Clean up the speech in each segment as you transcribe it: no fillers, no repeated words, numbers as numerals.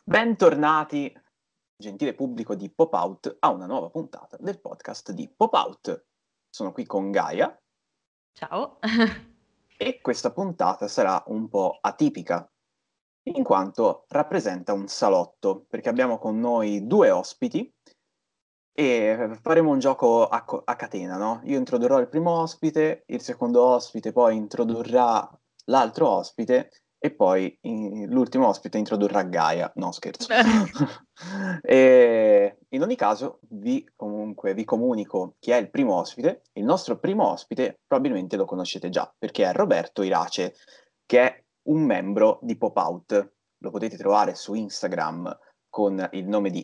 Bentornati, gentile pubblico di Pop Out, a una nuova puntata del podcast di Pop Out. Sono qui con Gaia Ciao. e questa puntata sarà un po' atipica, in quanto rappresenta un salotto, perché abbiamo con noi due ospiti e faremo un gioco a catena, no? Io introdurrò il primo ospite, il secondo ospite poi introdurrà l'altro ospite e poi l'ultimo ospite introdurrà Gaia. No, scherzo. E in ogni caso, comunque, vi comunico chi è il primo ospite. Il nostro primo ospite probabilmente lo conoscete già, perché è Roberto Irace, che è un membro di Pop Out. Lo potete trovare su Instagram con il nome di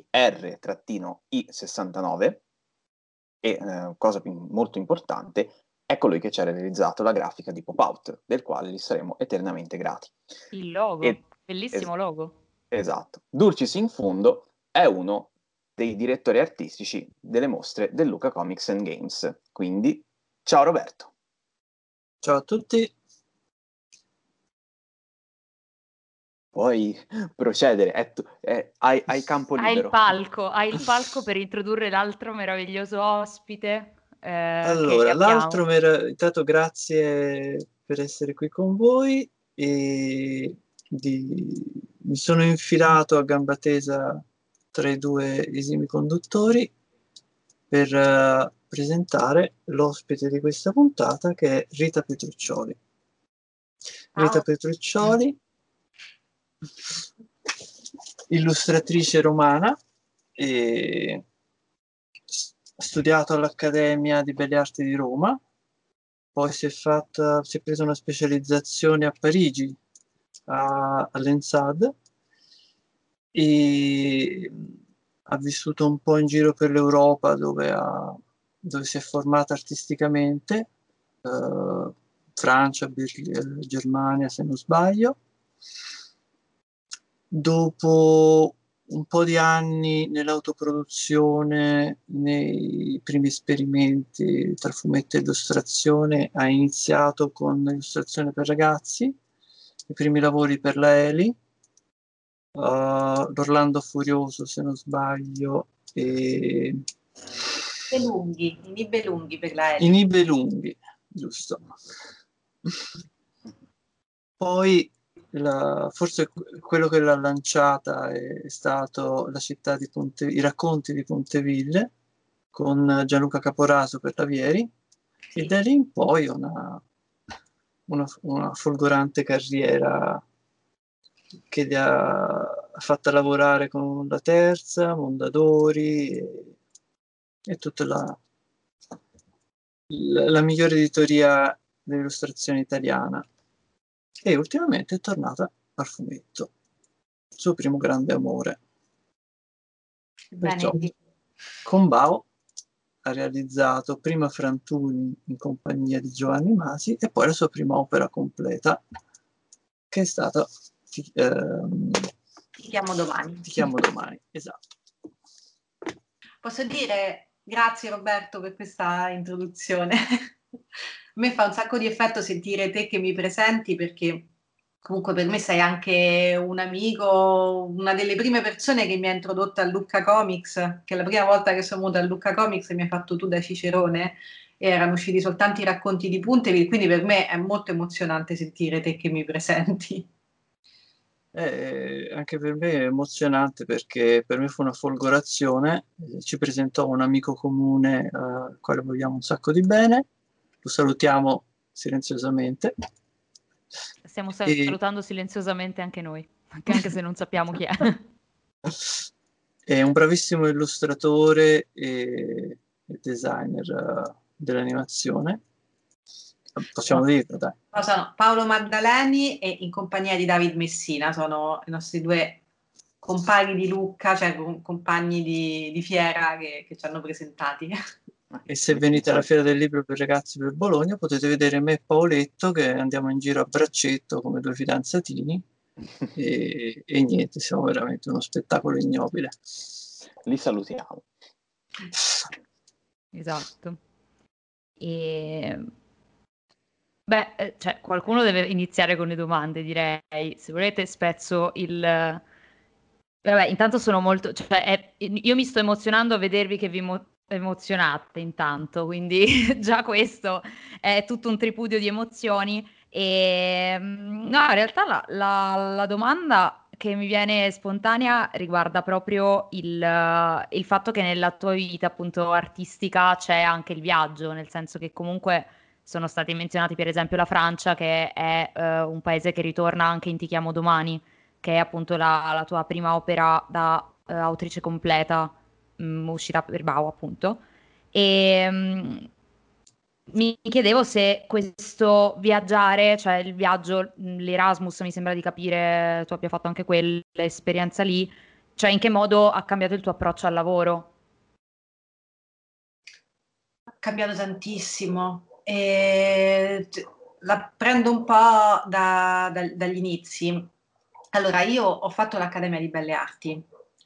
R-I69 e, cosa molto importante, è colui che ci ha realizzato la grafica di Pop Out, del quale gli saremo eternamente grati. Il logo, E, es- bellissimo logo. esatto. Dulcis in fundo è uno dei direttori artistici delle mostre del Luca Comics and Games. Quindi, ciao Roberto. Ciao a tutti. Puoi procedere, hai campo libero. Hai il palco per introdurre l'altro meraviglioso ospite che Allora, abbiamo. intanto grazie per essere qui con voi e mi sono infilato a gamba tesa tra i due esimi conduttori per presentare l'ospite di questa puntata che è Rita Petruccioli. Rita Ciao. Petruccioli, illustratrice romana, e ha studiato all'Accademia di Belle Arti di Roma, poi si è presa una specializzazione a Parigi, all'ENSAD, e ha vissuto un po' in giro per l'Europa dove si è formata artisticamente, Francia, Germania se non sbaglio. Dopo un po' di anni nell'autoproduzione, nei primi esperimenti tra fumetto e illustrazione, ha iniziato con l'illustrazione per ragazzi, i primi lavori per la Eli, l'Orlando Furioso se non sbaglio, e Lunghi, i Nibelunghi per la i Eli. Nibelunghi, giusto. Poi forse quello che l'ha lanciata è stato i racconti di Ponteville con Gianluca Caporaso per l'Avieri, e da lì in poi una folgorante carriera che li ha fatta lavorare con La Terza, Mondadori e tutta la migliore editoria dell'illustrazione italiana. E ultimamente è tornata al fumetto, il suo primo grande amore. Perciò Bene. con Bao ha realizzato prima Frantumi in compagnia di Giovanni Masi e poi la sua prima opera completa, che è stata Ti chiamo domani. Ti chiamo domani, esatto. Posso dire grazie Roberto per questa introduzione. A me fa un sacco di effetto sentire te che mi presenti, perché comunque per me sei anche un amico, una delle prime persone che mi ha introdotto a Lucca Comics, che la prima volta che sono venuta a Lucca Comics mi hai fatto tu da Cicerone e erano usciti soltanto i racconti di Punteville, quindi per me è molto emozionante sentire te che mi presenti. Anche per me è emozionante perché per me fu una folgorazione. Ci presentò un amico comune al quale vogliamo un sacco di bene, lo salutiamo silenziosamente. Stiamo E salutando silenziosamente anche noi, anche se non sappiamo chi è. è un bravissimo illustratore e designer dell'animazione. Possiamo dirlo, dai. Sono Paolo Maddaleni e in compagnia di David Messina, sono i nostri due compagni di Lucca, cioè compagni di fiera che ci hanno presentati. E se venite alla Fiera del Libro per Ragazzi per Bologna potete vedere me e Paoletto che andiamo in giro a braccetto come due fidanzatini e niente, siamo veramente uno spettacolo ignobile. Li salutiamo. Esatto. E beh, cioè, qualcuno deve iniziare con le domande, direi. Se volete spezzo Vabbè, intanto sono molto, cioè, io mi sto emozionando a vedervi che vi emozionate intanto, quindi già questo è tutto un tripudio di emozioni. E no, in realtà la domanda che mi viene spontanea riguarda proprio il fatto che nella tua vita appunto artistica c'è anche il viaggio, nel senso che comunque sono stati menzionati per esempio la Francia, che è un paese che ritorna anche in Ti chiamo domani, che è appunto la tua prima opera da autrice completa, uscita per Bao, appunto. E mi chiedevo se questo viaggiare, cioè il viaggio, l'Erasmus, mi sembra di capire, tu abbia fatto anche quell'esperienza lì, cioè in che modo ha cambiato il tuo approccio al lavoro? Ha cambiato tantissimo. La prendo un po' dagli inizi. Allora, io ho fatto l'Accademia di Belle Arti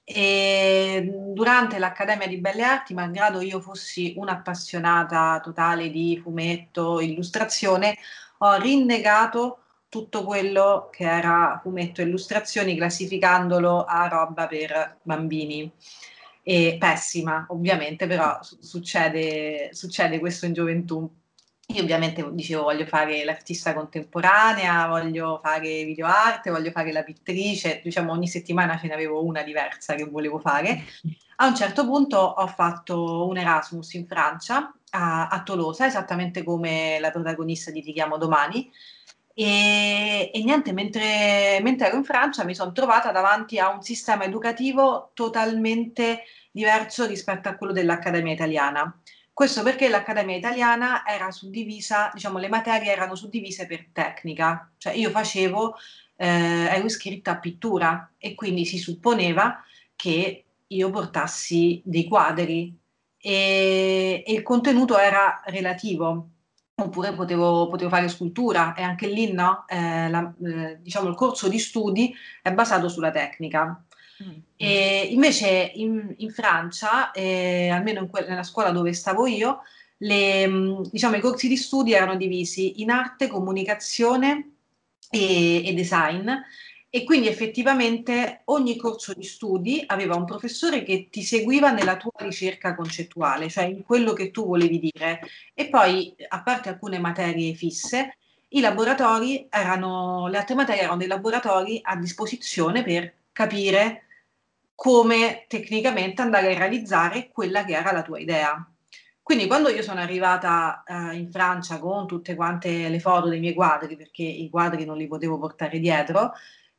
e durante l'Accademia di Belle Arti, malgrado io fossi un'appassionata totale di fumetto, illustrazione, ho rinnegato tutto quello che era fumetto e illustrazioni, classificandolo a roba per bambini. E pessima, ovviamente, però succede questo in gioventù. Io ovviamente dicevo voglio fare l'artista contemporanea, voglio fare videoarte, voglio fare la pittrice, diciamo ogni settimana ce ne avevo una diversa che volevo fare. A un certo punto ho fatto un Erasmus in Francia, a Tolosa, esattamente come la protagonista di Ti chiamo domani, e niente, mentre ero in Francia mi sono trovata davanti a un sistema educativo totalmente diverso rispetto a quello dell'Accademia Italiana. Questo perché l'Accademia Italiana era suddivisa, diciamo, le materie erano suddivise per tecnica, cioè ero iscritta a pittura e quindi si supponeva che io portassi dei quadri e il contenuto era relativo. Oppure potevo fare scultura e anche lì no, diciamo, il corso di studi è basato sulla tecnica. E invece in Francia, almeno nella scuola dove stavo io, diciamo, i corsi di studi erano divisi in arte, comunicazione e design. E quindi effettivamente ogni corso di studi aveva un professore che ti seguiva nella tua ricerca concettuale, cioè in quello che tu volevi dire. E poi, a parte alcune materie fisse, le altre materie erano dei laboratori a disposizione per capire come tecnicamente andare a realizzare quella che era la tua idea. Quindi quando io sono arrivata in Francia con tutte quante le foto dei miei quadri, perché i quadri non li potevo portare dietro,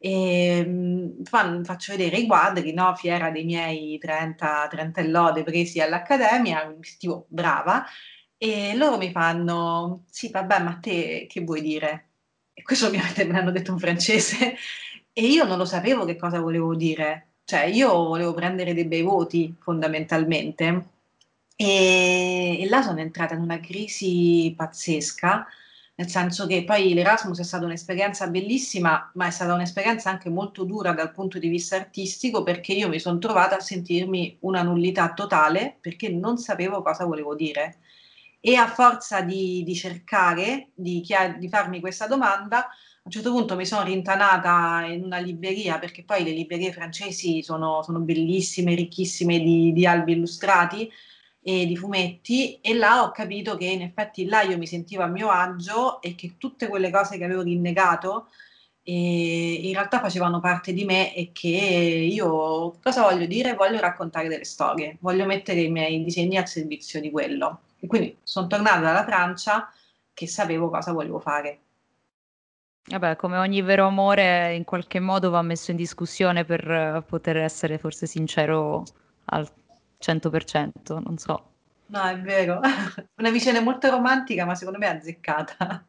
faccio vedere i quadri, no? Fiera dei miei 30 e lode presi all'Accademia, mi sentivo brava, e loro mi fanno, sì, vabbè, ma te che vuoi dire? E questo ovviamente me l'hanno detto in francese e io non lo sapevo che cosa volevo dire. Cioè, io volevo prendere dei bei voti fondamentalmente e là sono entrata in una crisi pazzesca, nel senso che poi l'Erasmus è stata un'esperienza bellissima, ma è stata un'esperienza anche molto dura dal punto di vista artistico perché io mi sono trovata a sentirmi una nullità totale perché non sapevo cosa volevo dire. E a forza di cercare, di farmi questa domanda, a un certo punto mi sono rintanata in una libreria, perché poi le librerie francesi sono bellissime, ricchissime di albi illustrati e di fumetti, e là ho capito che in effetti là io mi sentivo a mio agio e che tutte quelle cose che avevo rinnegato in realtà facevano parte di me e che io cosa voglio dire? Voglio raccontare delle storie, voglio mettere i miei disegni al servizio di quello. E quindi sono tornata dalla Francia che sapevo cosa volevo fare. Vabbè, come ogni vero amore, in qualche modo va messo in discussione per poter essere forse sincero al 100%, non so. No, è vero. Una visione molto romantica, ma secondo me azzeccata.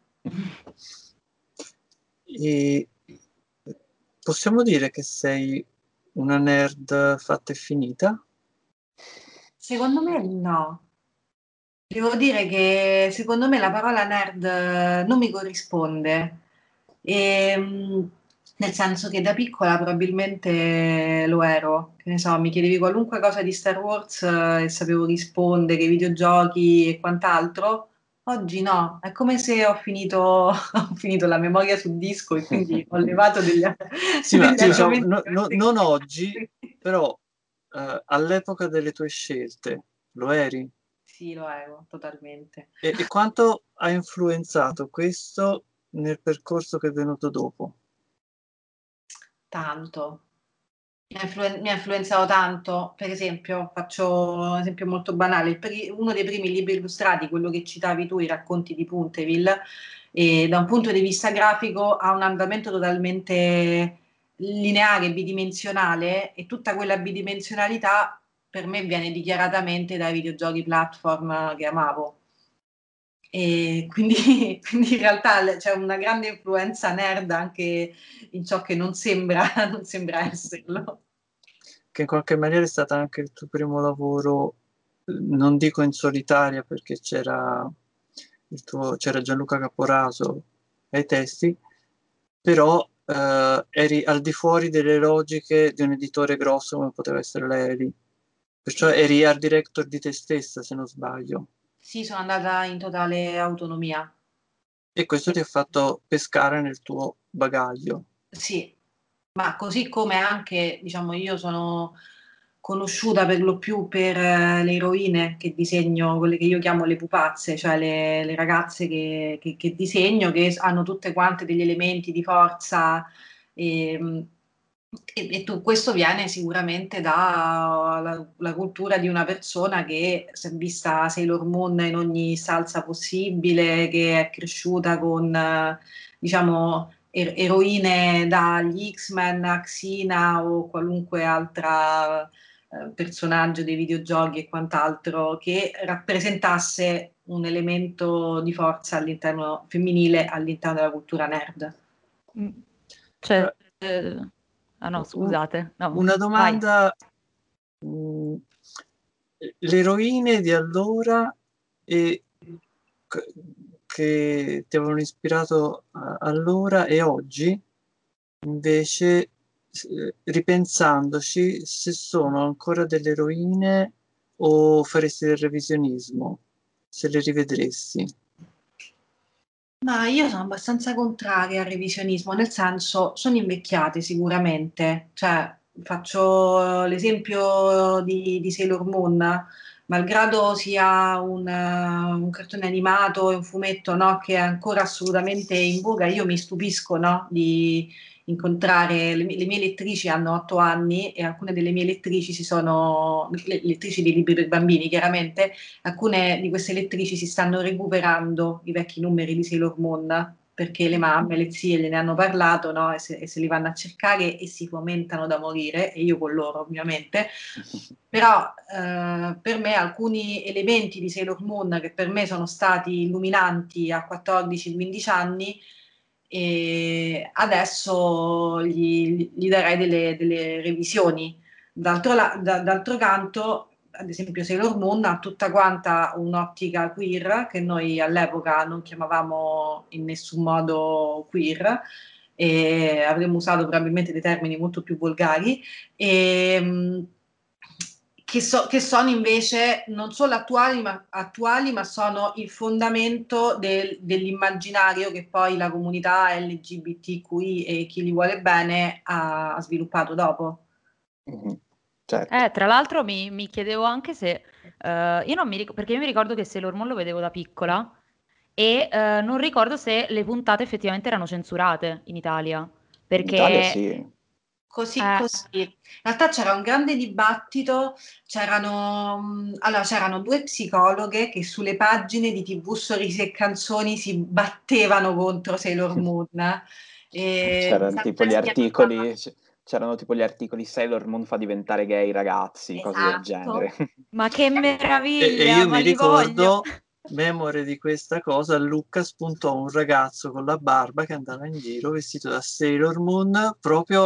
E possiamo dire che sei una nerd fatta e finita? Secondo me no. Devo dire che secondo me la parola nerd non mi corrisponde. Nel senso che da piccola probabilmente lo ero. Che ne so, mi chiedevi qualunque cosa di Star Wars e sapevo rispondere, videogiochi e quant'altro. Oggi no, è come se ho finito, ho finito la memoria sul disco e quindi ho levato Sì, ma degli diciamo, argomenti. non oggi, Però all'epoca delle tue scelte lo eri? Sì, lo ero, totalmente. E quanto ha influenzato questo nel percorso che è venuto dopo? Tanto. Mi ha influenzato tanto. Per esempio, faccio un esempio molto banale, uno dei primi libri illustrati, quello che citavi tu, i racconti di Punteville, e da un punto di vista grafico ha un andamento totalmente lineare, bidimensionale, e tutta quella bidimensionalità per me viene dichiaratamente dai videogiochi platform che amavo. E quindi, quindi in realtà c'è una grande influenza nerd anche in ciò che non sembra, non sembra esserlo. Che in qualche maniera è stato anche il tuo primo lavoro, non dico in solitaria perché c'era Gianluca Caporaso ai testi, però eri al di fuori delle logiche di un editore grosso come poteva essere l'Eli. Perciò eri art director di te stessa, se non sbaglio. Sì, sono andata in totale autonomia. E questo ti ha fatto pescare nel tuo bagaglio. Sì, ma così come anche, diciamo, io sono conosciuta per lo più per le eroine che disegno, quelle che io chiamo le pupazze, cioè le ragazze che disegno, che hanno tutte quante degli elementi di forza. E, questo viene sicuramente dalla cultura di una persona che si è vista Sailor Moon in ogni salsa possibile, che è cresciuta con, diciamo, eroine dagli X-Men a Xena o qualunque altra personaggio dei videogiochi e quant'altro che rappresentasse un elemento di forza all'interno femminile all'interno della cultura nerd. Cioè, Eh, ah no, scusate. No, Una vai. domanda, le eroine di allora e che ti avevano ispirato allora e oggi, invece, ripensandoci, se sono ancora delle eroine o faresti del revisionismo, se le rivedresti. Ma io sono abbastanza contraria al revisionismo, nel senso sono invecchiate sicuramente, cioè faccio l'esempio di Sailor Moon, malgrado sia un cartone animato e un fumetto, no, che è ancora assolutamente in voga, io mi stupisco, no, di incontrare le mie lettrici hanno 8 anni e alcune delle mie lettrici le lettrici di libri per bambini chiaramente. Alcune di queste lettrici si stanno recuperando i vecchi numeri di Sailor Moon perché le mamme, le zie gliene hanno parlato, no? E se li vanno a cercare e si fomentano da morire, e io con loro ovviamente. Però per me alcuni elementi di Sailor Moon che per me sono stati illuminanti a 14-15 anni, e adesso gli darei delle revisioni. D'altro canto, ad esempio Sailor Moon ha tutta quanta un'ottica queer che noi all'epoca non chiamavamo in nessun modo queer e avremmo usato probabilmente dei termini molto più volgari e, che sono invece non solo attuali, ma sono il fondamento dell'immaginario che poi la comunità LGBTQI e chi li vuole bene ha sviluppato dopo. Certo. Tra l'altro mi chiedevo anche se io non mi ricordo, perché io mi ricordo che Sailor Moon lo vedevo da piccola e non ricordo se le puntate effettivamente erano censurate in Italia, In Italia perché sì. Così, così. In realtà c'era un grande dibattito, c'erano due psicologhe che sulle pagine di TV Sorrisi e Canzoni si battevano contro Sailor Moon. C'erano tipo gli Si chiamava- articoli, c'erano tipo gli articoli Sailor Moon fa diventare gay i ragazzi, cose del Esatto. genere. ma che E meraviglia, io ma mi li voglio! ricordo, memore di questa cosa, Luca spuntò un ragazzo con la barba che andava in giro vestito da Sailor Moon proprio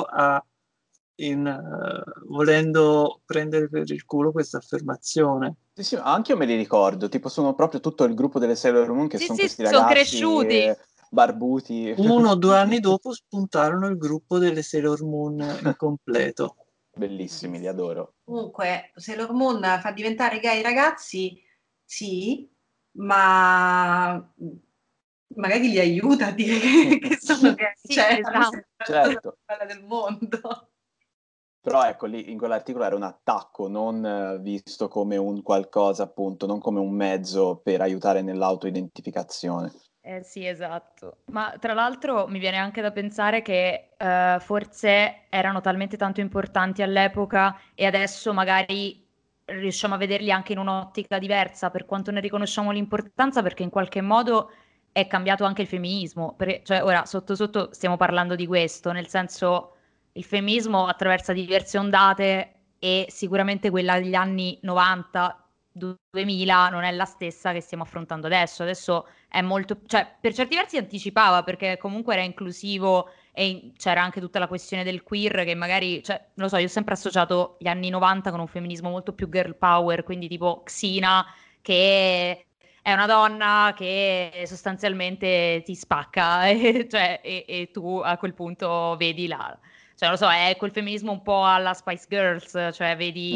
volendo prendere per il culo questa affermazione. Sì, sì, anche io me li ricordo, tipo sono proprio tutto il gruppo delle Sailor Moon che Sì, sono sì, questi sono ragazzi cresciuti. barbuti. 1 o 2 anni dopo spuntarono il gruppo delle Sailor Moon incompleto. Bellissimi, li adoro. Comunque, Sailor Moon fa diventare gay i ragazzi? Sì, ma magari li aiuta a dire che sono gay, Sì, cioè, esatto. Certo. quella del mondo. Però ecco, lì in quell'articolo era un attacco, non visto come un qualcosa, appunto, non come un mezzo per aiutare nell'autoidentificazione. Sì, esatto. Ma tra l'altro mi viene anche da pensare che forse erano talmente tanto importanti all'epoca e adesso magari riusciamo a vederli anche in un'ottica diversa per quanto ne riconosciamo l'importanza, perché in qualche modo è cambiato anche il femminismo. Cioè, ora sotto sotto stiamo parlando di questo, nel senso il femminismo attraversa diverse ondate e sicuramente quella degli anni 90, 2000 non è la stessa che stiamo affrontando adesso. Adesso è molto, cioè per certi versi anticipava perché comunque era inclusivo e c'era anche tutta la questione del queer che magari, cioè, non lo so, io ho sempre associato gli anni 90 con un femminismo molto più girl power, quindi tipo Xina che è una donna che sostanzialmente ti spacca e tu a quel punto vedi la, cioè non lo so, è quel femminismo un po' alla Spice Girls, cioè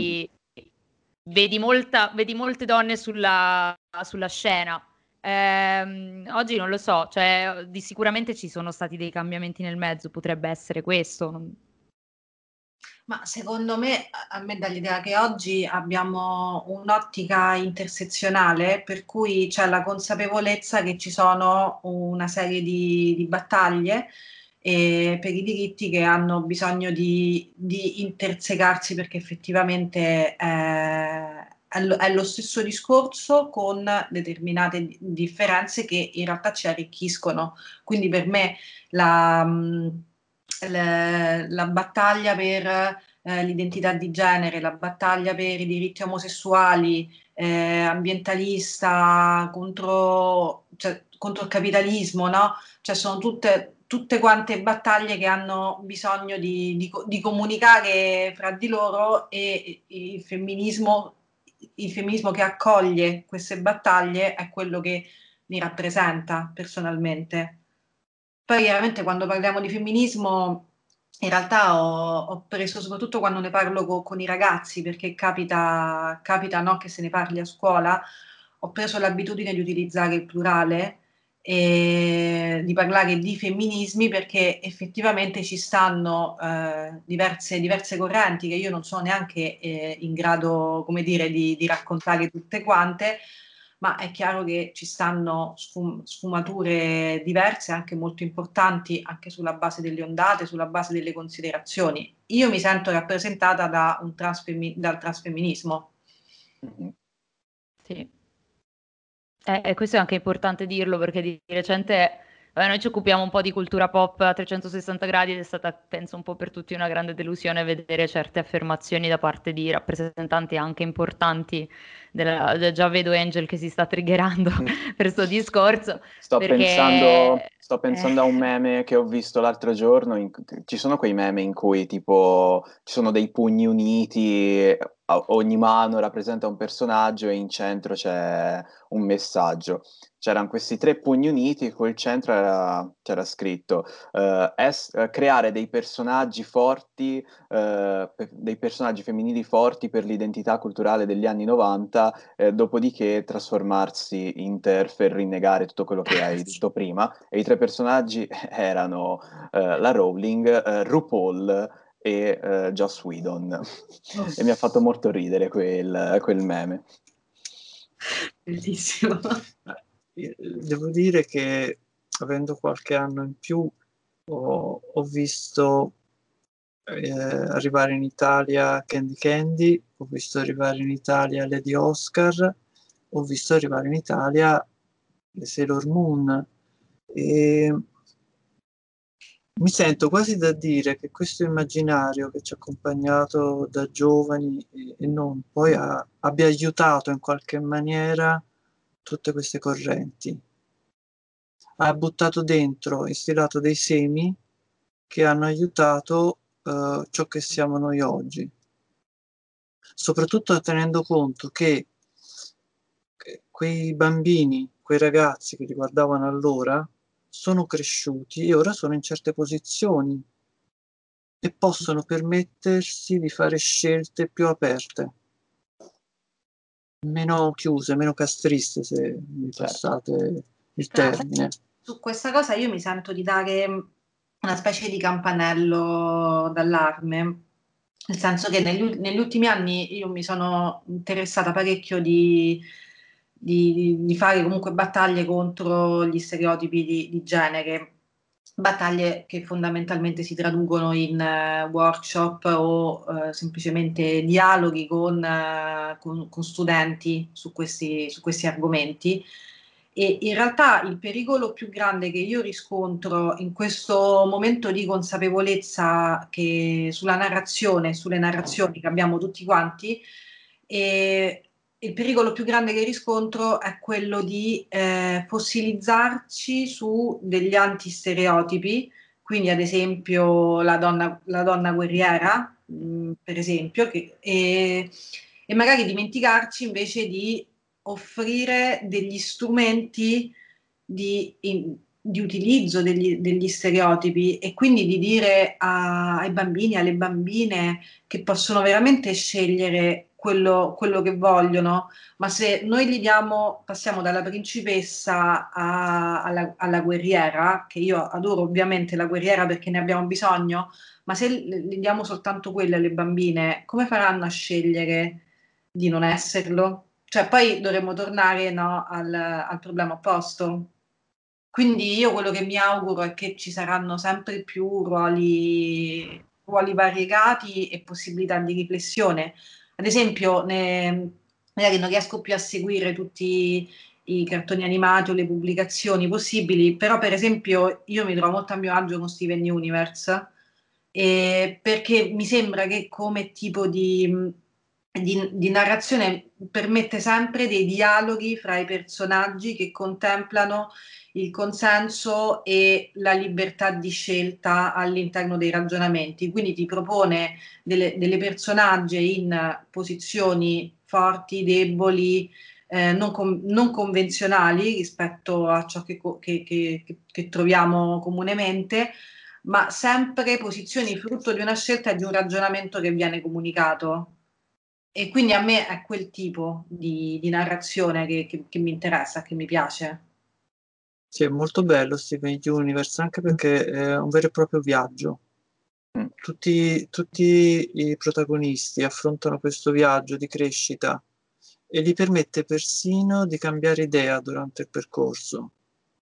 vedi molte donne sulla scena. Oggi non lo so, cioè, sicuramente ci sono stati dei cambiamenti nel mezzo, potrebbe essere questo. Ma secondo me, a me dà l'idea che oggi abbiamo un'ottica intersezionale per cui c'è la consapevolezza che ci sono una serie di battaglie per i diritti che hanno bisogno di intersecarsi perché effettivamente è lo stesso discorso con determinate differenze che in realtà ci arricchiscono. Quindi per me la, la battaglia per l'identità di genere, la battaglia per i diritti omosessuali, ambientalista, contro il capitalismo, no? Cioè sono tutte quante battaglie che hanno bisogno di comunicare fra di loro e il femminismo che accoglie queste battaglie è quello che mi rappresenta personalmente. Poi chiaramente quando parliamo di femminismo, in realtà ho preso soprattutto quando ne parlo con i ragazzi, perché capita no, che se ne parli a scuola, ho preso l'abitudine di utilizzare il plurale e di parlare di femminismi perché effettivamente ci stanno diverse correnti che io non sono neanche in grado, come dire, di raccontare tutte quante, ma è chiaro che ci stanno sfumature diverse, anche molto importanti, anche sulla base delle ondate, sulla base delle considerazioni. Io mi sento rappresentata dal transfemminismo. Sì. Questo è anche importante dirlo perché di recente noi ci occupiamo un po' di cultura pop a 360 gradi ed è stata, penso, un po' per tutti una grande delusione vedere certe affermazioni da parte di rappresentanti anche importanti già vedo Angel che si sta triggerando per questo discorso, perché Sto pensando a un meme che ho visto l'altro giorno. Ci sono quei meme in cui tipo ci sono dei pugni uniti, ogni mano rappresenta un personaggio e in centro c'è un messaggio. C'erano questi tre pugni uniti e col centro c'era scritto creare dei personaggi forti, dei personaggi femminili forti per l'identità culturale degli anni 90, dopodiché trasformarsi in TERF e rinnegare tutto quello che hai detto prima. E i tre personaggi erano la Rowling, RuPaul e Joss Whedon. E mi ha fatto molto ridere quel meme. Bellissimo. Devo dire che avendo qualche anno in più ho visto arrivare in Italia Candy Candy, ho visto arrivare in Italia Lady Oscar, ho visto arrivare in Italia le Sailor Moon e mi sento quasi da dire che questo immaginario che ci ha accompagnato da giovani e non poi abbia aiutato in qualche maniera tutte queste correnti. Ha buttato dentro, instillato dei semi che hanno aiutato ciò che siamo noi oggi. Soprattutto tenendo conto che quei bambini, quei ragazzi che li guardavano allora, sono cresciuti e ora sono in certe posizioni e possono permettersi di fare scelte più aperte, meno chiuse, meno castriste, se mi passate il termine. Su questa cosa io mi sento di dare una specie di campanello d'allarme, nel senso che negli ultimi anni io mi sono interessata parecchio di fare comunque battaglie contro gli stereotipi di genere, battaglie che fondamentalmente si traducono in workshop o semplicemente dialoghi con studenti su questi argomenti. E in realtà il pericolo più grande che io riscontro in questo momento di consapevolezza sulla narrazione, sulle narrazioni che abbiamo tutti quanti, e il pericolo più grande che riscontro è quello di fossilizzarci su degli antistereotipi, quindi ad esempio la donna guerriera, per esempio, e magari dimenticarci invece di offrire degli strumenti di utilizzo degli stereotipi e quindi di dire ai bambini, alle bambine che possono veramente scegliere quello che vogliono, ma se noi passiamo dalla principessa alla guerriera, che io adoro ovviamente la guerriera perché ne abbiamo bisogno, ma se gli diamo soltanto quelle alle bambine, come faranno a scegliere di non esserlo? Cioè, poi dovremmo tornare, no, al problema opposto. Quindi io quello che mi auguro è che ci saranno sempre più ruoli variegati e possibilità di riflessione. Ad esempio, magari non riesco più a seguire tutti i cartoni animati o le pubblicazioni possibili, però per esempio io mi trovo molto a mio agio con Steven Universe, perché mi sembra che come tipo di narrazione permette sempre dei dialoghi fra i personaggi che contemplano il consenso e la libertà di scelta all'interno dei ragionamenti. Quindi ti propone delle personaggi in posizioni forti, deboli, non convenzionali rispetto a ciò che troviamo comunemente, ma sempre posizioni frutto di una scelta e di un ragionamento che viene comunicato. E quindi a me è quel tipo di narrazione che mi interessa, che mi piace. Sì, è molto bello Steven Universe, anche perché è un vero e proprio viaggio. Mm. Tutti i protagonisti affrontano questo viaggio di crescita e gli permette persino di cambiare idea durante il percorso.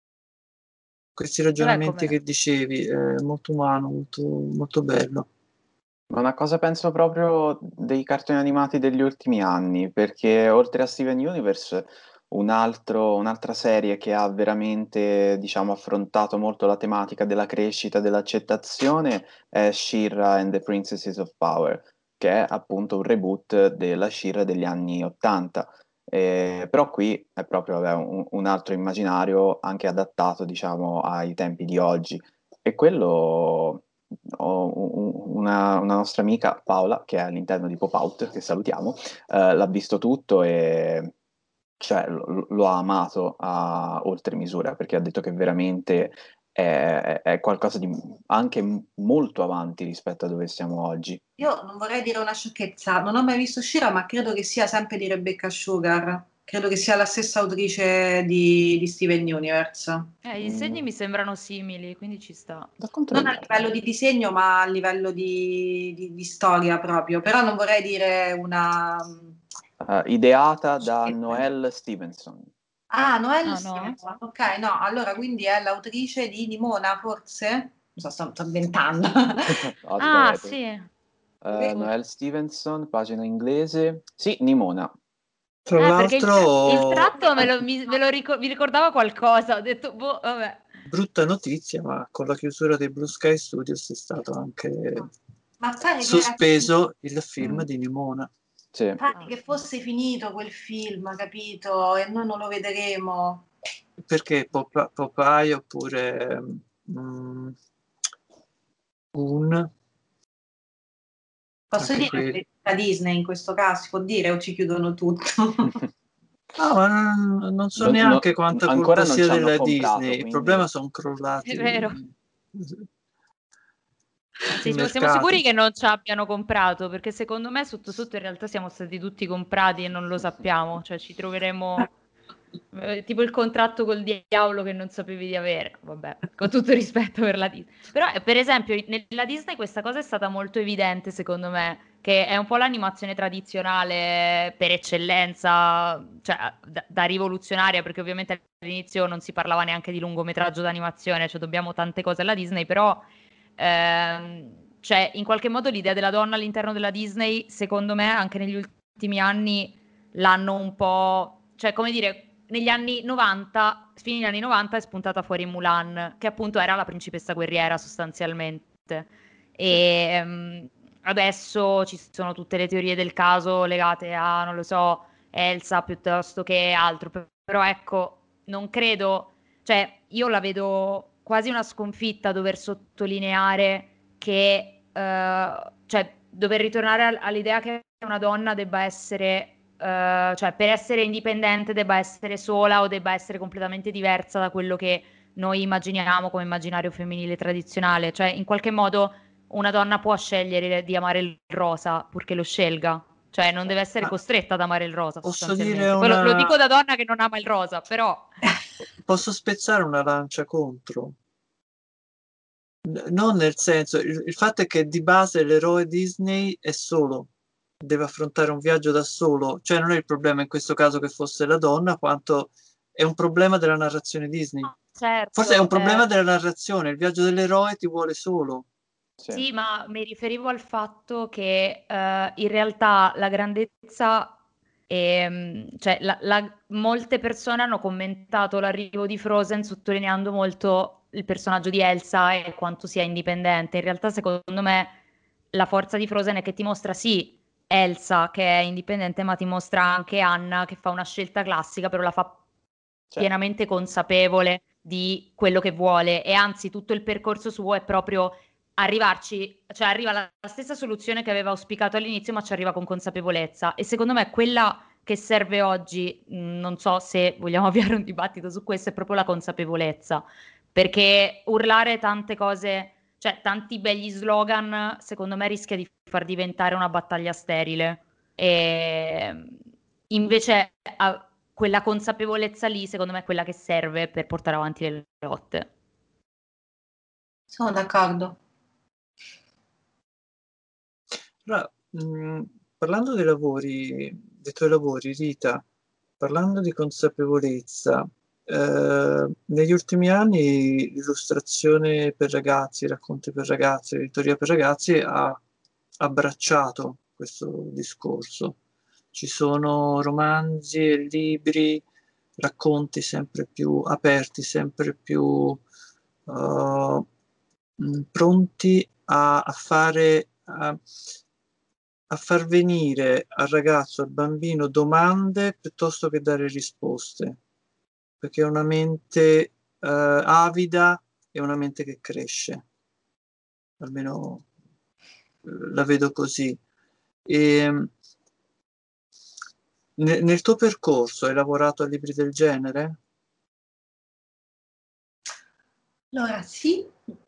Questi ragionamenti che dicevi, è molto umano, molto, molto bello. Ma una cosa penso proprio dei cartoni animati degli ultimi anni, perché oltre a Steven Universe, un'altra serie che ha veramente, diciamo, affrontato molto la tematica della crescita, dell'accettazione è She-Ra and the Princesses of Power, che è appunto un reboot della She-Ra degli anni '80. Però qui è proprio vabbè, un altro immaginario anche adattato, diciamo, ai tempi di oggi. E quello una nostra amica Paola, che è all'interno di Pop Out, che salutiamo, l'ha visto tutto e cioè, lo ha amato a oltre misura, perché ha detto che veramente è qualcosa di anche molto avanti rispetto a dove siamo oggi. Io non vorrei dire una sciocchezza, non ho mai visto Shira, ma credo che sia sempre di Rebecca Sugar. Credo che sia la stessa autrice di Steven Universe. Gli disegni mi sembrano simili, quindi ci sta. Da Non a controllare. livello di disegno, ma a livello di storia proprio. Però non vorrei dire una... Ideata da Noelle Stevenson. Ah, Noelle Ah, no? Stevenson. Ok, no, allora quindi è l'autrice di Nimona, forse? Non so, sto inventando. Ah, Aspetta. sì. Noelle Stevenson, pagina inglese. Sì, Nimona. Tra Perché il l'altro, tratto mi ricordava qualcosa, ho detto, boh, vabbè. brutta notizia, ma con la chiusura dei Blue Sky Studios è stato anche Ma pare che era... sospeso il film Mm. di Nimona. Sì. Pare che fosse finito quel film, capito? E noi non lo vedremo. Perché Popeye oppure un Posso anche dire che qui. è la Disney in questo caso, si può dire, o ci chiudono tutto? No, ma non so neanche quanta ancora colpa non sia ci hanno della comprato, Disney. Il quindi... problema sono È crollati vero. i Siamo sicuri mercati. che non ci abbiano comprato, perché secondo me sotto sotto in realtà siamo stati tutti comprati e non lo sappiamo, cioè ci troveremo tipo il contratto col diavolo che non sapevi di avere, vabbè, con tutto rispetto per la Disney. Però per esempio nella Disney questa cosa è stata molto evidente secondo me, che è un po' l'animazione tradizionale per eccellenza, cioè da rivoluzionaria, perché ovviamente all'inizio non si parlava neanche di lungometraggio d'animazione, cioè dobbiamo tante cose alla Disney, però cioè in qualche modo l'idea della donna all'interno della Disney, secondo me, anche negli ultimi anni l'hanno un po', cioè come dire, negli anni 90, fine degli anni 90 è spuntata fuori Mulan, che appunto era la principessa guerriera sostanzialmente. E adesso ci sono tutte le teorie del caso legate a, non lo so, Elsa piuttosto che altro, però ecco, non credo, cioè io la vedo quasi una sconfitta dover sottolineare che, cioè dover ritornare all'idea che una donna debba essere, cioè per essere indipendente debba essere sola o debba essere completamente diversa da quello che noi immaginiamo come immaginario femminile tradizionale, cioè in qualche modo una donna può scegliere di amare il rosa purché lo scelga, cioè non deve essere Ma costretta ad amare il rosa posso dire sostanzialmente. Poi lo una... dico da donna che non ama il rosa, però Posso spezzare una lancia contro? Non nel senso, il fatto è che di base l'eroe Disney è solo, deve affrontare un viaggio da solo, cioè non è il problema in questo caso che fosse la donna, quanto è un problema della narrazione Disney. Forse è un certo, problema della narrazione, il viaggio dell'eroe ti vuole solo. Sì. sì, ma mi riferivo al fatto che in realtà la grandezza, cioè molte persone hanno commentato l'arrivo di Frozen sottolineando molto il personaggio di Elsa e quanto sia indipendente. In realtà, secondo me, la forza di Frozen è che ti mostra sì Elsa che è indipendente, ma ti mostra anche Anna che fa una scelta classica, però la fa Certo. pienamente consapevole di quello che vuole e anzi tutto il percorso suo è proprio arrivarci, cioè arriva alla stessa soluzione che aveva auspicato all'inizio, ma ci arriva con consapevolezza. E secondo me quella che serve oggi, non so se vogliamo avviare un dibattito su questo, è proprio la consapevolezza. Perché urlare tante cose, cioè tanti begli slogan, secondo me rischia di far diventare una battaglia sterile. E invece quella consapevolezza lì, secondo me, è quella che serve per portare avanti le lotte. Sono d'accordo. Allora, parlando dei tuoi lavori, Rita, parlando di consapevolezza, negli ultimi anni l'illustrazione per ragazzi, i racconti per ragazzi, l'editoria per ragazzi ha abbracciato questo discorso. Ci sono romanzi e libri, racconti sempre più aperti, sempre più pronti a fare, a far venire al ragazzo, al bambino domande piuttosto che dare risposte, perché è una mente avida e una mente che cresce, almeno la vedo così. E, nel tuo percorso hai lavorato a libri del genere? Allora, sì.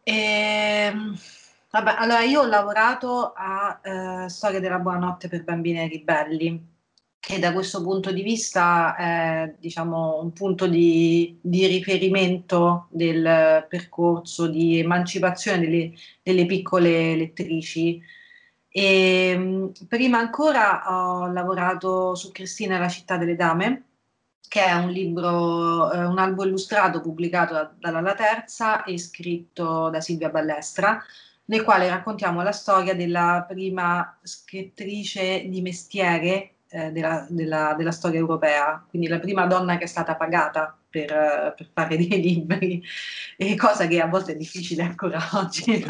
Vabbè, allora io ho lavorato a Storia della Buonanotte per bambini ribelli, che da questo punto di vista è, diciamo, un punto di riferimento del percorso di emancipazione delle piccole lettrici. Prima ancora ho lavorato su Cristina e la città delle dame, che è un libro, un albo illustrato pubblicato dalla La Terza e scritto da Silvia Ballestra, nel quale raccontiamo la storia della prima scrittrice di mestiere della storia europea, quindi la prima donna che è stata pagata per fare dei libri, e cosa che a volte è difficile ancora oggi.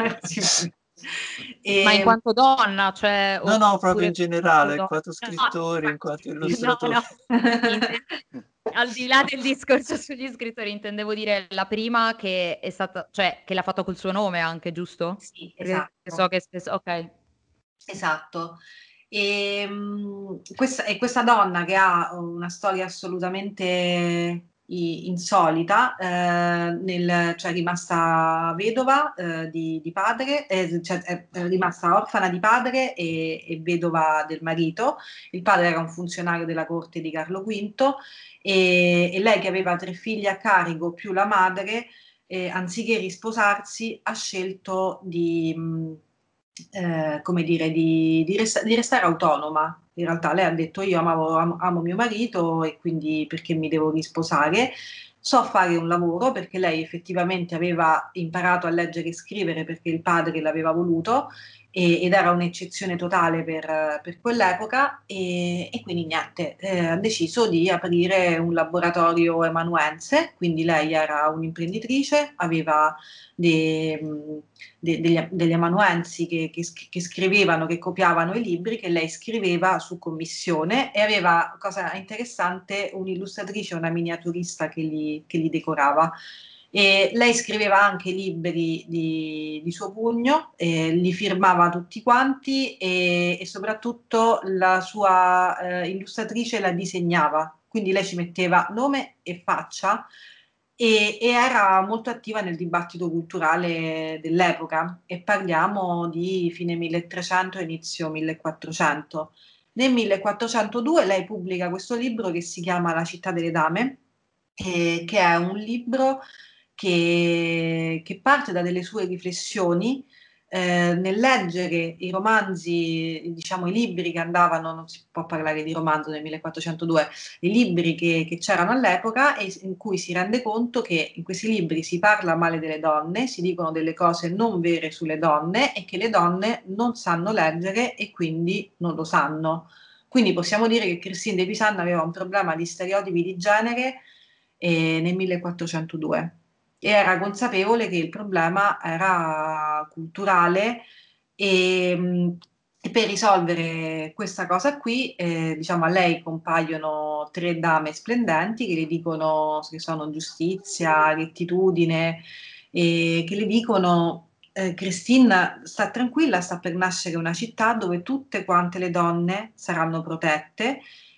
Ma in E, quanto donna, cioè, No, no, proprio oppure in in quanto generale, in donna? quanto scrittori, in quanto No, illustratori. no, Inte- al di là del discorso sugli scrittori, intendevo dire la prima che è stata, cioè, che l'ha fatto col suo nome anche, giusto? sì, Perché so esatto. che spesso, ok. Esatto. Questa donna che ha una storia assolutamente insolita, cioè è rimasta vedova di padre, cioè è rimasta orfana di padre e vedova del marito. Il padre era un funzionario della corte di Carlo V e lei che aveva 3 figli a carico più la madre, anziché risposarsi, ha scelto come dire, di restare autonoma. In realtà lei ha detto io amo mio marito e quindi perché mi devo risposare? So fare un lavoro perché lei effettivamente aveva imparato a leggere e scrivere perché il padre l'aveva voluto ed era un'eccezione totale per quell'epoca e quindi niente, ha deciso di aprire un laboratorio emanuense, quindi lei era un'imprenditrice, aveva degli amanuensi che scrivevano, che copiavano i libri che lei scriveva su commissione e aveva, cosa interessante, un'illustratrice, una miniaturista che li decorava. E lei scriveva anche libri di suo pugno, li firmava tutti quanti e soprattutto la sua illustratrice la disegnava, quindi lei ci metteva nome e faccia e era molto attiva nel dibattito culturale dell'epoca e parliamo di fine 1300 inizio 1400. Nel 1402 lei pubblica questo libro che si chiama La città delle dame, che è un libro che parte da delle sue riflessioni nel leggere i romanzi, diciamo i libri che andavano, non si può parlare di romanzo nel 1402, i libri che c'erano all'epoca e in cui si rende conto che in questi libri si parla male delle donne, si dicono delle cose non vere sulle donne e che le donne non sanno leggere e quindi non lo sanno. Quindi possiamo dire che Christine de Pisan aveva un problema di stereotipi di genere nel 1402 e era consapevole che il problema era culturale e per risolvere questa cosa qui, diciamo, a lei compaiono tre dame splendenti che le dicono che sono giustizia, rettitudine, e che le dicono, Christine, sta tranquilla, sta per nascere una città dove tutte quante le donne saranno protette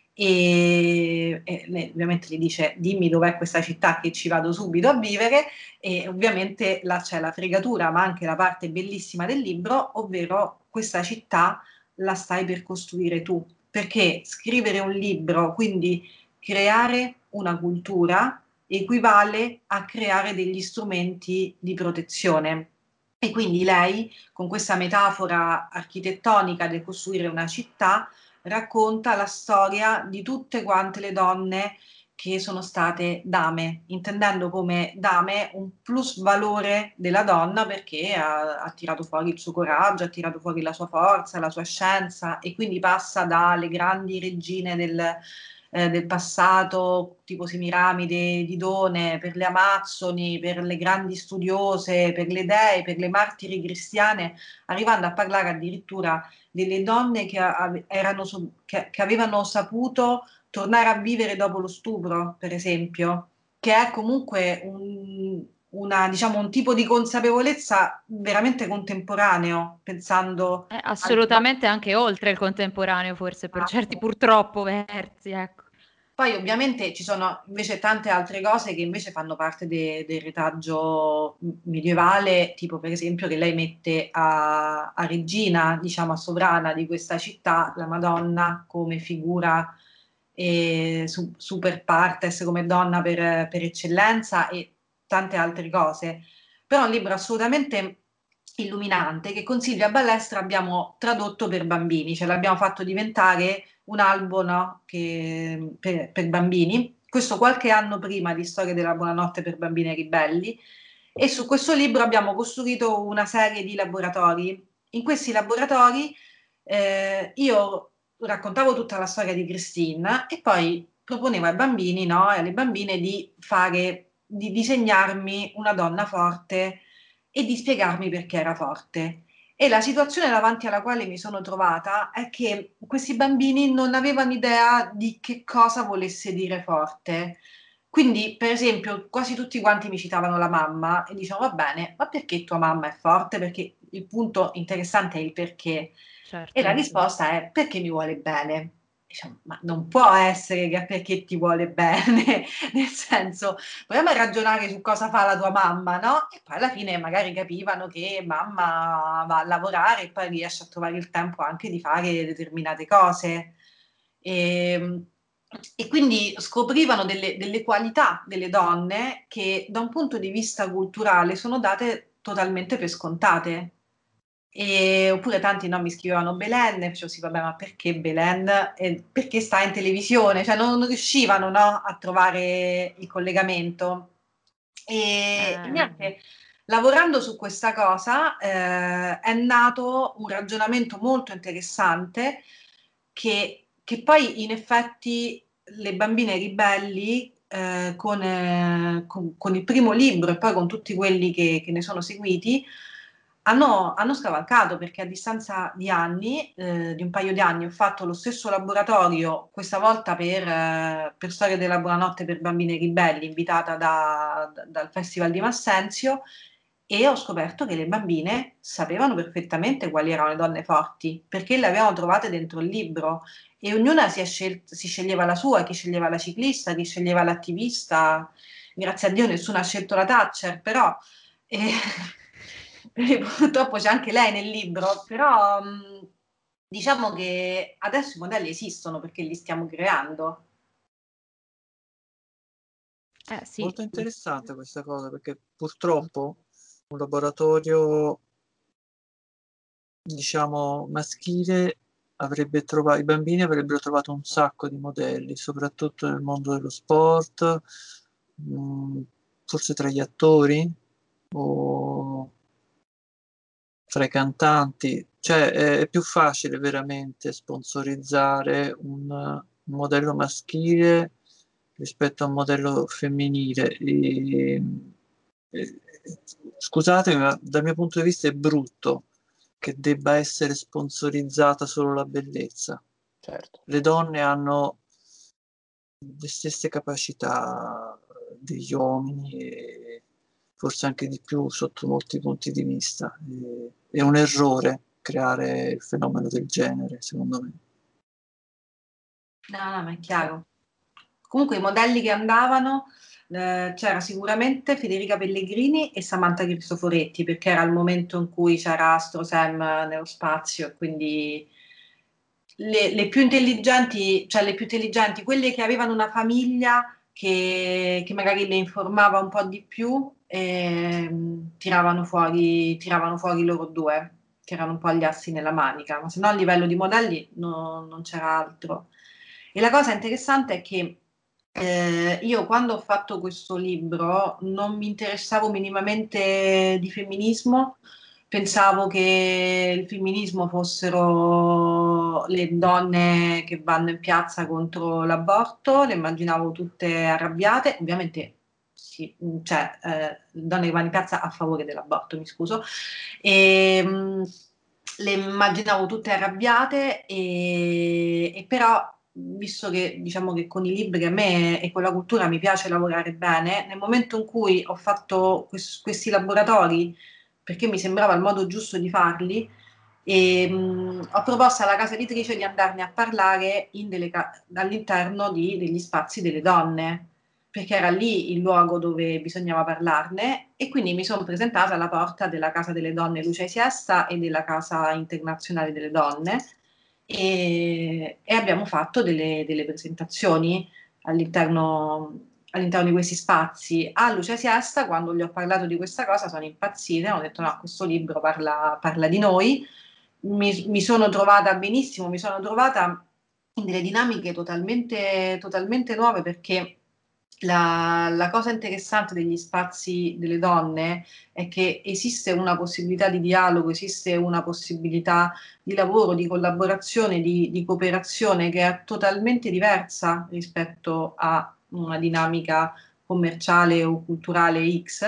e lei ovviamente gli dice dimmi dov'è questa città che ci vado subito a vivere e ovviamente là c'è la fregatura ma anche la parte bellissima del libro, ovvero questa città la stai per costruire tu, perché scrivere un libro, quindi creare una cultura, equivale a creare degli strumenti di protezione. E quindi lei, con questa metafora architettonica del costruire una città, racconta la storia di tutte quante le donne che sono state dame, intendendo come dame un plus valore della donna perché ha tirato fuori il suo coraggio, ha tirato fuori la sua forza, la sua scienza e quindi passa dalle grandi regine del passato, tipo Semiramide, Didone, per le Amazzoni, per le grandi studiose, per le dee, per le martiri cristiane, arrivando a parlare addirittura delle donne che avevano saputo tornare a vivere dopo lo stupro, per esempio, che è comunque diciamo, un tipo di consapevolezza veramente contemporaneo, pensando Assolutamente anche oltre il contemporaneo, forse per certi purtroppo versi, ecco. Poi ovviamente ci sono invece tante altre cose che invece fanno parte del retaggio medievale, tipo per esempio che lei mette a regina, diciamo a sovrana di questa città, la Madonna come figura super partes, come donna per eccellenza e tante altre cose. Però è un libro assolutamente illuminante che Consiglio a Ballestra abbiamo tradotto per bambini, cioè l'abbiamo fatto diventare un albo, no, per bambini, questo qualche anno prima di Storia della Buonanotte per bambini ribelli, e su questo libro abbiamo costruito una serie di laboratori. In questi laboratori io raccontavo tutta la storia di Christine e poi proponevo ai bambini, no, e alle bambine di disegnarmi una donna forte e di spiegarmi perché era forte. E la situazione davanti alla quale mi sono trovata è che questi bambini non avevano idea di che cosa volesse dire forte. Quindi, per esempio, quasi tutti quanti mi citavano la mamma e dicevano, va bene, ma perché tua mamma è forte? Perché il punto interessante è il perché. E Certo. la risposta è perché mi vuole bene. Diciamo, ma non può essere che è perché ti vuole bene, nel senso, proviamo a ragionare su cosa fa la tua mamma, no? E poi alla fine magari capivano che mamma va a lavorare e poi riesce a trovare il tempo anche di fare determinate cose. E quindi scoprivano delle qualità delle donne che da un punto di vista culturale sono date totalmente per scontate. Oppure tanti no, mi scrivevano Belen, e facevo sì, vabbè, ma perché Belen? Perché sta in televisione? Cioè non riuscivano, no, a trovare il collegamento. E niente, lavorando su questa cosa è nato un ragionamento molto interessante che poi in effetti le bambine ribelli con il primo libro e poi con tutti quelli che ne sono seguiti hanno scavalcato, perché a distanza di anni, di un paio di anni, ho fatto lo stesso laboratorio, questa volta per Storia della Buonanotte per bambine ribelli, invitata dal Festival di Massenzio, e ho scoperto che le bambine sapevano perfettamente quali erano le donne forti, perché le avevano trovate dentro il libro, e ognuna si sceglieva la sua, chi sceglieva la ciclista, chi sceglieva l'attivista. Grazie a Dio nessuno ha scelto la Thatcher, però eh, purtroppo c'è anche lei nel libro, però diciamo che adesso i modelli esistono perché li stiamo creando. Sì. Molto interessante questa cosa, perché purtroppo un laboratorio, diciamo, maschile i bambini avrebbero trovato un sacco di modelli, soprattutto nel mondo dello sport, forse tra gli attori o tra i cantanti. Cioè è più facile veramente sponsorizzare un modello maschile rispetto a un modello femminile. E- scusatemi, ma dal mio punto di vista è brutto che debba essere sponsorizzata solo la bellezza. Certo. Le donne hanno le stesse capacità degli uomini e forse anche di più sotto molti punti di vista. È un errore creare il fenomeno del genere, secondo me. No, no, ma è chiaro. Comunque i modelli che andavano, c'era sicuramente Federica Pellegrini e Samantha Cristoforetti, perché era il momento in cui c'era Astro Sam nello spazio, e quindi le più intelligenti, cioè le più intelligenti, quelle che avevano una famiglia che magari le informava un po' di più, tiravano fuori loro due, che erano un po' gli assi nella manica, ma se no a livello di modelli non c'era altro. E la cosa interessante è che io quando ho fatto questo libro non mi interessavo minimamente di femminismo, pensavo che il femminismo fossero le donne che vanno in piazza contro l'aborto, le immaginavo tutte arrabbiate, ovviamente sì, cioè donne che vanno in piazza a favore dell'aborto, mi scuso, e, le immaginavo tutte arrabbiate, e però visto che diciamo che con i libri a me e con la cultura mi piace lavorare bene, nel momento in cui ho fatto questi laboratori, perché mi sembrava il modo giusto di farli, e ho proposto alla casa editrice di andarne a parlare all'interno degli spazi delle donne, perché era lì il luogo dove bisognava parlarne, e quindi mi sono presentata alla porta della Casa delle Donne Lucia e Siesta e della Casa Internazionale delle Donne, e abbiamo fatto delle presentazioni all'interno di questi spazi. A Lucia Siesta, quando gli ho parlato di questa cosa, sono impazzite, ho detto no, questo libro parla di noi. Mi sono trovata benissimo, mi sono trovata in delle dinamiche totalmente nuove, perché la cosa interessante degli spazi delle donne è che esiste una possibilità di dialogo, esiste una possibilità di lavoro, di collaborazione, di cooperazione che è totalmente diversa rispetto a una dinamica commerciale o culturale X.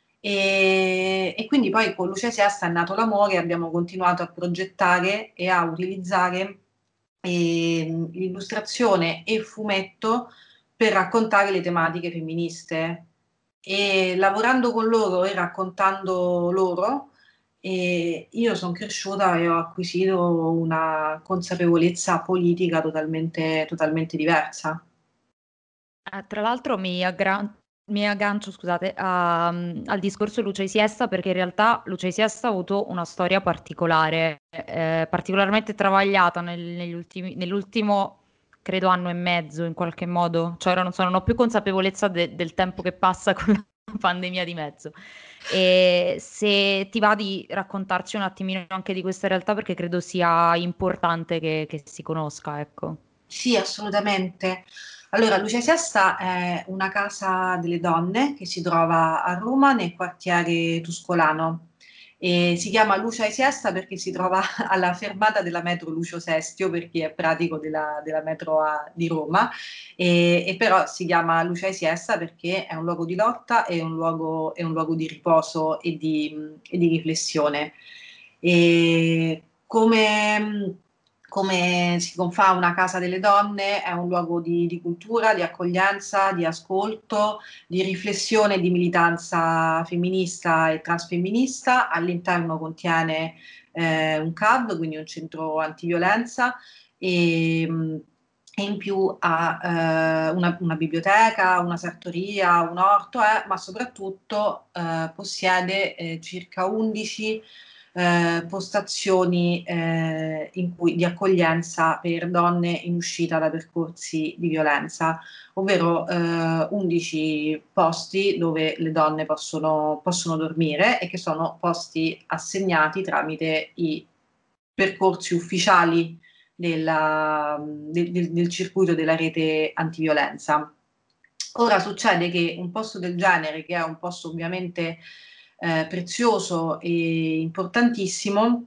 E quindi poi con Luce Siesta è nato l'amore, abbiamo continuato a progettare e a utilizzare l'illustrazione e il fumetto per raccontare le tematiche femministe. E lavorando con loro e raccontando loro, io sono cresciuta e ho acquisito una consapevolezza politica totalmente diversa. Tra l'altro mi aggancio, scusate, al discorso Luce di Siesta, perché in realtà Luce di Siesta ha avuto una storia particolare, particolarmente travagliata nell'ultimo, credo, anno e mezzo in qualche modo. Cioè ora non so, non ho più consapevolezza del tempo che passa con pandemia di mezzo. E se ti va di raccontarci un attimino anche di questa realtà, perché credo sia importante che si conosca, ecco. Sì, assolutamente. Allora, Luce Sesta è una casa delle donne che si trova a Roma nel quartiere Tuscolano e si chiama Luce Sesta perché si trova alla fermata della metro Lucio Sestio, per chi è pratico della metro di Roma, e però si chiama Luce Sesta perché è un luogo di lotta e è un luogo di riposo e di riflessione. E come si confà una casa delle donne, è un luogo di cultura, di accoglienza, di ascolto, di riflessione e di militanza femminista e transfemminista. All'interno contiene un CAD, quindi un centro antiviolenza, e in più ha una biblioteca, una sartoria, un orto, ma soprattutto possiede circa 11 postazioni di accoglienza per donne in uscita da percorsi di violenza, ovvero 11 posti dove le donne possono dormire e che sono posti assegnati tramite i percorsi ufficiali del circuito della rete antiviolenza. Ora succede che un posto del genere, che è un posto ovviamente prezioso e importantissimo,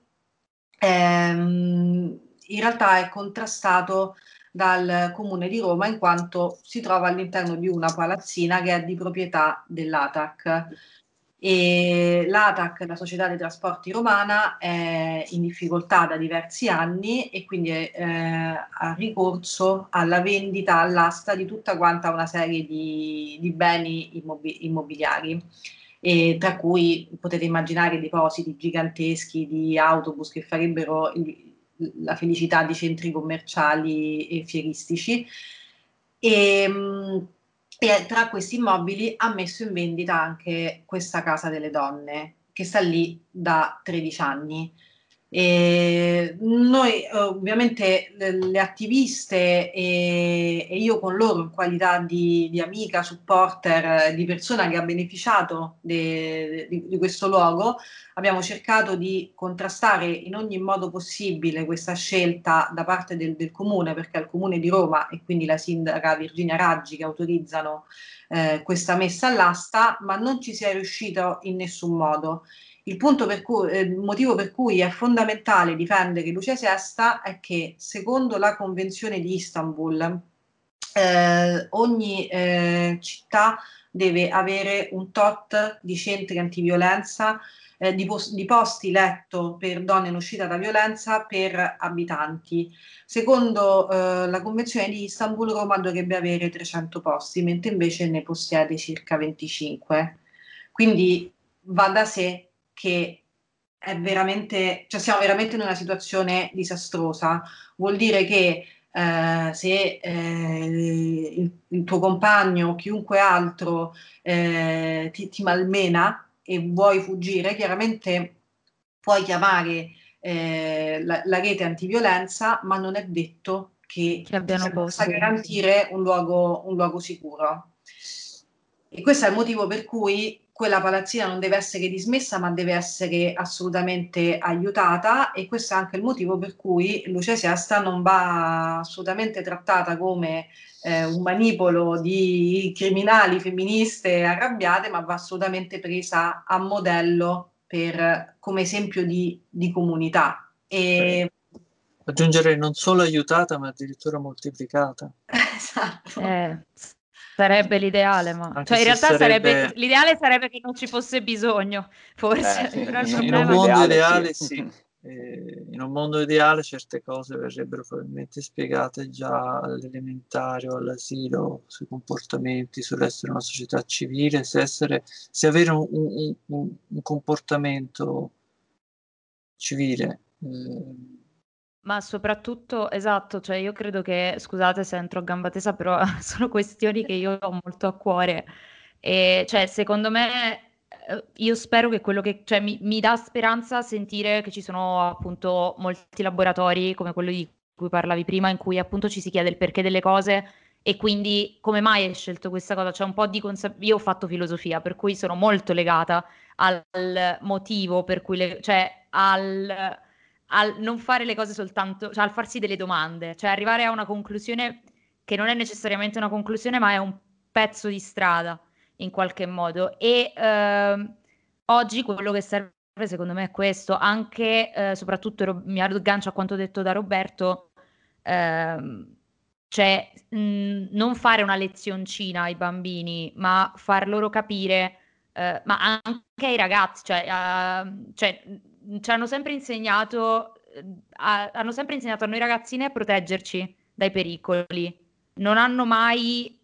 in realtà è contrastato dal Comune di Roma in quanto si trova all'interno di una palazzina che è di proprietà dell'ATAC. E l'ATAC, la Società dei Trasporti Romana, è in difficoltà da diversi anni e quindi ha ricorso alla vendita all'asta di tutta quanta una serie di beni immobiliari, e tra cui potete immaginare depositi giganteschi di autobus che farebbero la felicità di centri commerciali e fieristici. E tra questi immobili ha messo in vendita anche questa casa delle donne, che sta lì da 13 anni. E noi ovviamente le attiviste e io con loro in qualità di amica, supporter, di persona che ha beneficiato di questo luogo, abbiamo cercato di contrastare in ogni modo possibile questa scelta da parte del Comune, perché è il Comune di Roma e quindi la sindaca Virginia Raggi che autorizzano questa messa all'asta, ma non ci si è riuscito in nessun modo. Il motivo per cui è fondamentale difendere Luce Sesta è che, secondo la Convenzione di Istanbul, ogni città deve avere un tot di centri antiviolenza, di posti letto per donne in uscita da violenza per abitanti. Secondo la Convenzione di Istanbul, Roma dovrebbe avere 300 posti, mentre invece ne possiede circa 25. Quindi va da sé che è veramente, cioè siamo veramente in una situazione disastrosa. Vuol dire che se il tuo compagno o chiunque altro ti malmena e vuoi fuggire, chiaramente puoi chiamare la rete antiviolenza, ma non è detto che abbiano ti possa posto. garantire un luogo sicuro. E questo è il motivo per cui quella palazzina non deve essere dismessa, ma deve essere assolutamente aiutata, e questo è anche il motivo per cui Luce Sesta non va assolutamente trattata come un manipolo di criminali femministe arrabbiate, ma va assolutamente presa a modello come esempio di comunità. E Aggiungerei non solo aiutata, ma addirittura moltiplicata. esatto. Sarebbe l'ideale, ma Anche cioè in se realtà sarebbe l'ideale sarebbe che non ci fosse bisogno, forse. Sì, Però il in un problema mondo ideale, ideale sì. sì. In un mondo ideale certe cose verrebbero probabilmente spiegate già all'elementare o all'asilo, sui comportamenti, sull'essere una società civile, se avere un comportamento civile. Ma soprattutto, esatto, cioè io credo che, scusate se entro a gamba tesa, però sono questioni che io ho molto a cuore. E cioè, secondo me, io spero che quello che, cioè, mi dà speranza sentire che ci sono appunto molti laboratori come quello di cui parlavi prima, in cui appunto ci si chiede il perché delle cose E quindi come mai hai scelto questa cosa? C'è un po' di io ho fatto filosofia, per cui sono molto legata al motivo per cui cioè al non fare le cose soltanto, cioè al farsi delle domande, cioè arrivare a una conclusione che non è necessariamente una conclusione, ma è un pezzo di strada in qualche modo. E oggi quello che serve secondo me è questo, anche soprattutto mi aggancio a quanto detto da Roberto, cioè non fare una lezioncina ai bambini, ma far loro capire, ma anche ai ragazzi, ci hanno sempre insegnato, hanno sempre insegnato a noi ragazzine a proteggerci dai pericoli. Non hanno mai,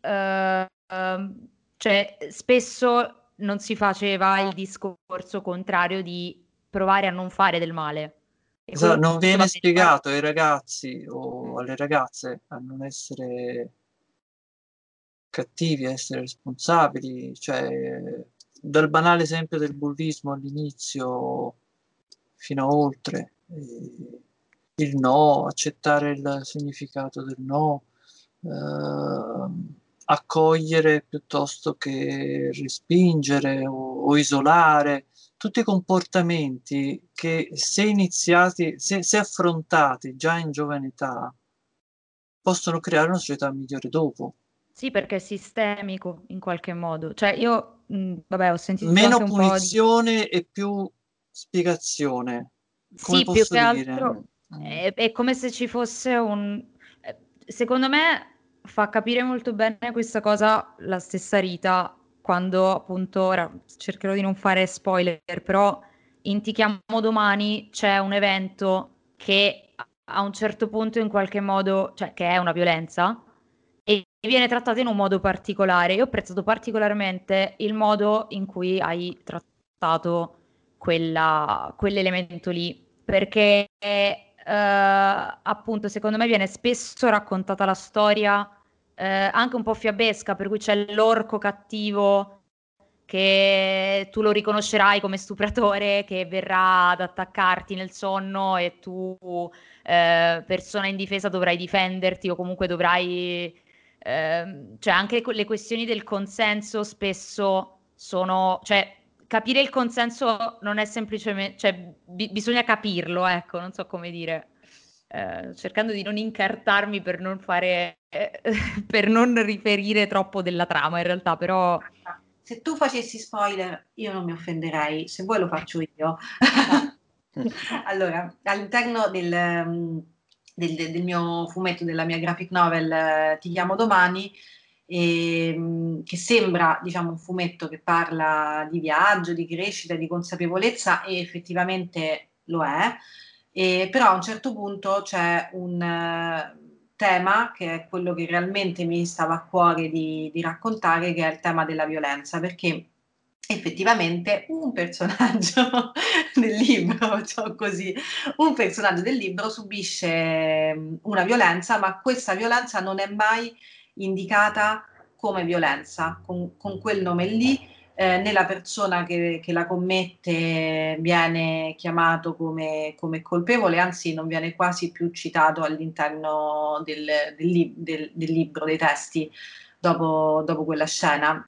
cioè spesso non si faceva il discorso contrario di provare a non fare del male. E Esatto, questo non va viene bene, guarda. spiegato ai ragazzi o alle ragazze a non essere cattivi, a essere responsabili, cioè dal banale esempio del bullismo all'inizio fino a oltre, il no, accettare il significato del no, accogliere piuttosto che respingere o isolare, tutti comportamenti che se iniziati, se affrontati già in giovane età, possono creare una società migliore dopo. Sì, perché è sistemico in qualche modo. Cioè io, vabbè, ho sentito Meno anche un po' di... punizione e più spiegazione. Come Sì, più posso che dire? altro è come se ci fosse un... Secondo me fa capire molto bene questa cosa la stessa Rita, quando appunto, ora cercherò di non fare spoiler, però in Ti chiamo domani c'è un evento che a un certo punto in qualche modo, cioè che è una violenza, e viene trattata in un modo particolare. Io ho apprezzato particolarmente il modo in cui hai trattato quell'elemento lì, perché appunto secondo me viene spesso raccontata la storia anche un po' fiabesca, per cui c'è l'orco cattivo che tu lo riconoscerai come stupratore che verrà ad attaccarti nel sonno e tu, persona indifesa, dovrai difenderti o comunque dovrai... cioè anche le questioni del consenso spesso sono... Cioè, capire il consenso non è semplicemente... Cioè, bisogna capirlo, ecco, non so come dire. Cercando di non incartarmi per non fare... per non riferire troppo della trama in realtà, però... Se tu facessi spoiler, io non mi offenderei, se vuoi lo faccio io. Allora, all'interno del mio fumetto, della mia graphic novel, Ti chiamo domani, che sembra, diciamo, un fumetto che parla di viaggio, di crescita, di consapevolezza, e effettivamente lo è. Però a un certo punto c'è un tema che è quello che realmente mi stava a cuore di raccontare, che è il tema della violenza, perché effettivamente un personaggio del libro, cioè così, un personaggio del libro subisce una violenza, ma questa violenza non è mai indicata come violenza, con quel nome lì, né la persona che la commette viene chiamato come colpevole, anzi non viene quasi più citato all'interno del libro, dei testi, dopo quella scena.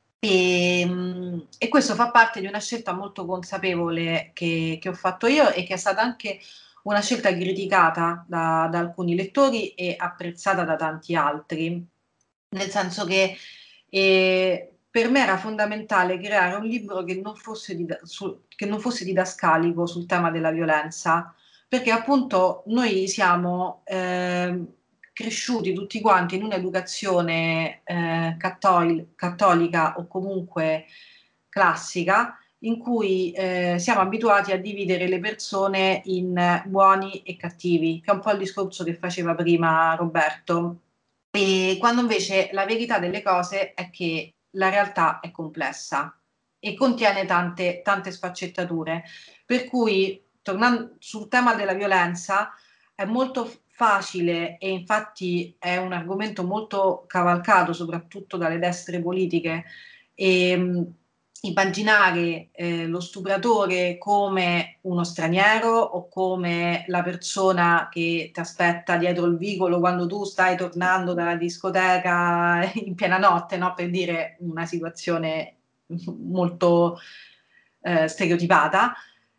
E questo fa parte di una scelta molto consapevole che ho fatto io e che è stata anche una scelta criticata da alcuni lettori e apprezzata da tanti altri, nel senso che per me era fondamentale creare un libro che non fosse, che non fosse didascalico sul tema della violenza, perché appunto noi siamo cresciuti tutti quanti in un'educazione cattolica o comunque classica, in cui siamo abituati a dividere le persone in buoni e cattivi, che è un po' il discorso che faceva prima Roberto. E quando invece la verità delle cose è che la realtà è complessa e contiene tante sfaccettature. Per cui, tornando sul tema della violenza, è molto facile, e infatti è un argomento molto cavalcato, soprattutto dalle destre politiche, e, immaginare lo stupratore come uno straniero o come la persona che ti aspetta dietro il vicolo quando tu stai tornando dalla discoteca in piena notte, no? Per dire una situazione molto stereotipata.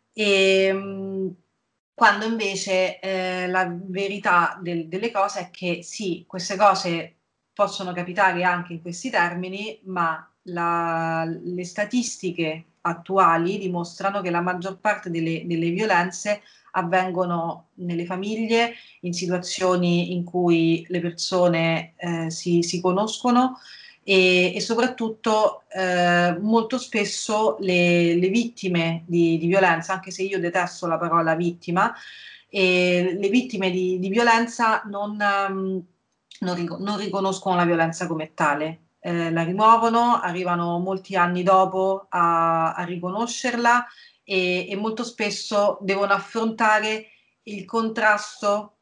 Quando invece la verità delle cose è che sì, queste cose possono capitare anche in questi termini, ma le statistiche attuali dimostrano che la maggior parte delle violenze avvengono nelle famiglie, in situazioni in cui le persone si conoscono e soprattutto molto spesso le vittime di violenza, anche se io detesto la parola vittima, le vittime di violenza non riconoscono la violenza come tale. La rimuovono, arrivano molti anni dopo a riconoscerla e molto spesso devono affrontare il contrasto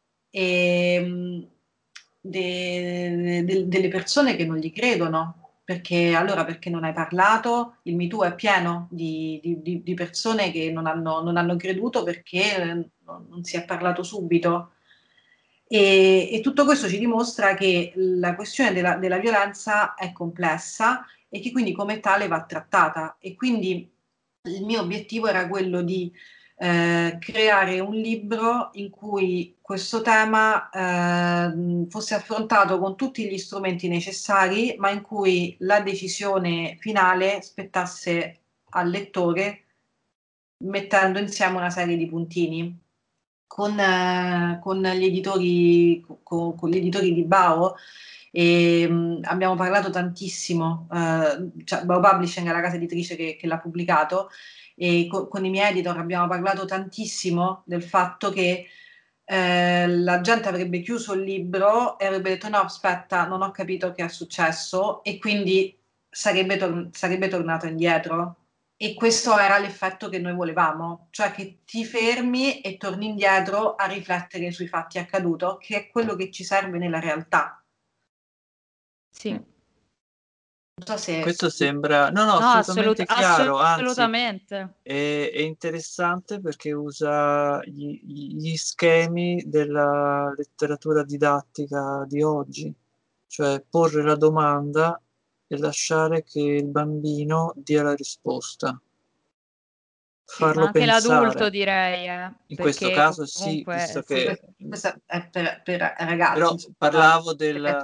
delle persone che non gli credono. Perché non hai parlato? Il Me Too è pieno di persone che non hanno creduto perché non si è parlato subito. E tutto questo ci dimostra che la questione della violenza è complessa e che quindi come tale va trattata. E quindi il mio obiettivo era quello di creare un libro in cui questo tema fosse affrontato con tutti gli strumenti necessari, ma in cui la decisione finale spettasse al lettore, mettendo insieme una serie di puntini. Con gli editori di Bao abbiamo parlato tantissimo, cioè Bao Publishing è la casa editrice che l'ha pubblicato, e con i miei editor abbiamo parlato tantissimo del fatto che la gente avrebbe chiuso il libro e avrebbe detto no, aspetta, non ho capito che è successo, e quindi sarebbe tornato indietro. E questo era l'effetto che noi volevamo, cioè che ti fermi e torni indietro a riflettere sui fatti accaduti, che è quello che ci serve nella realtà. Sì. Non so se... Questo sembra, no, No, assolutamente chiaro, anzi, assolutamente. è interessante perché usa gli schemi della letteratura didattica di oggi, cioè porre la domanda e lasciare che il bambino dia la risposta, Sì, Ma farlo anche l'adulto, pensare. direi, In questo perché caso sì, comunque visto sì. che questo è per ragazzi, però insomma. parlavo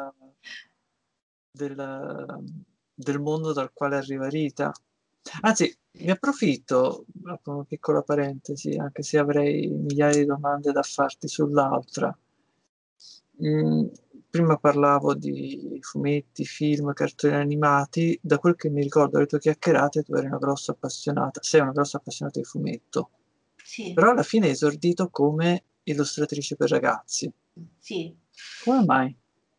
del mondo dal quale arriva Rita. Anzi, ne approfitto, apro una piccola parentesi, anche se avrei migliaia di domande da farti sull'altra. Mm, Prima parlavo di fumetti, film, cartoni animati. Da quel che mi ricordo dalle tue chiacchierate, tu eri una grossa appassionata, sei una grossa appassionata di fumetto, Sì, però alla fine hai esordito come illustratrice per ragazzi. sì. Come mai?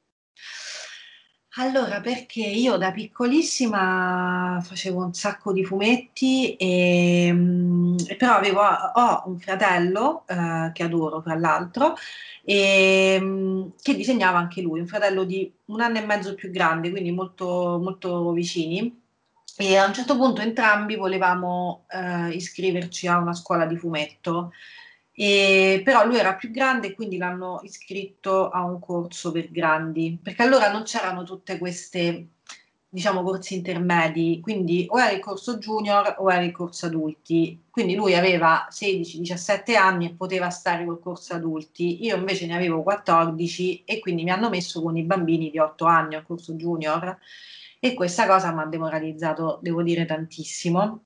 Allora, perché io da piccolissima facevo un sacco di fumetti e però ho un fratello che adoro, tra l'altro, che disegnava anche lui, un fratello di un anno e mezzo più grande, quindi molto, molto vicini. E a un certo punto entrambi volevamo iscriverci a una scuola di fumetto. Però lui era più grande e quindi l'hanno iscritto a un corso per grandi, perché allora non c'erano tutte queste, diciamo, corsi intermedi, quindi o era il corso junior o era il corso adulti. Quindi lui aveva 16-17 anni e poteva stare col corso adulti, io invece ne avevo 14 e quindi mi hanno messo con i bambini di 8 anni al corso junior, e questa cosa mi ha demoralizzato, devo dire, tantissimo.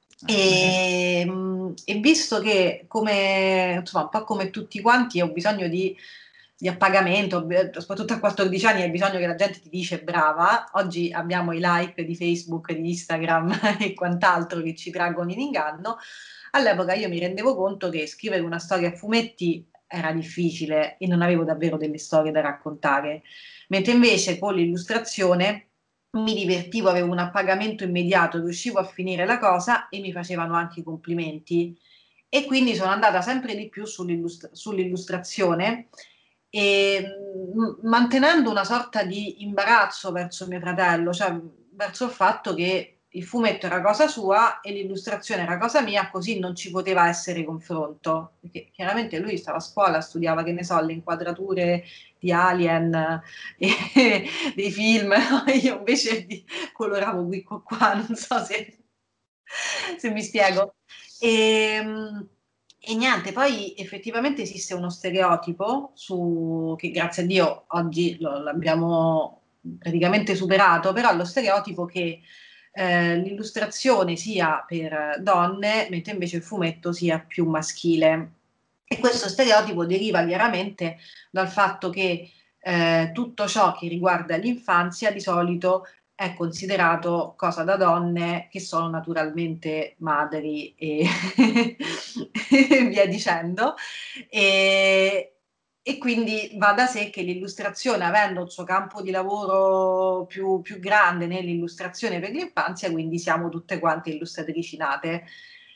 E visto che, come, insomma, un po' come tutti quanti, ho bisogno di appagamento, soprattutto a 14 anni hai bisogno che la gente ti dice brava. Oggi abbiamo i like di Facebook, di Instagram e quant'altro che ci traggono in inganno. All'epoca io mi rendevo conto che scrivere una storia a fumetti era difficile e non avevo davvero delle storie da raccontare, mentre invece con l'illustrazione mi divertivo, avevo un appagamento immediato, riuscivo a finire la cosa e mi facevano anche i complimenti. E quindi sono andata sempre di più sull'illustrazione e mantenendo una sorta di imbarazzo verso mio fratello, cioè verso il fatto che il fumetto era cosa sua e l'illustrazione era cosa mia, così non ci poteva essere confronto, perché chiaramente lui stava a scuola, studiava, che ne so, le inquadrature di Alien e dei film, io invece coloravo qui qua, non so se mi spiego. E niente, poi effettivamente esiste uno stereotipo che grazie a Dio oggi l'abbiamo praticamente superato, però lo stereotipo che l'illustrazione sia per donne, mentre invece il fumetto sia più maschile. E questo stereotipo deriva chiaramente dal fatto che tutto ciò che riguarda l'infanzia di solito è considerato cosa da donne che sono naturalmente madri e, e via dicendo. E quindi va da sé che l'illustrazione, avendo il suo campo di lavoro più grande nell'illustrazione per l'infanzia, quindi siamo tutte quante illustratrici nate.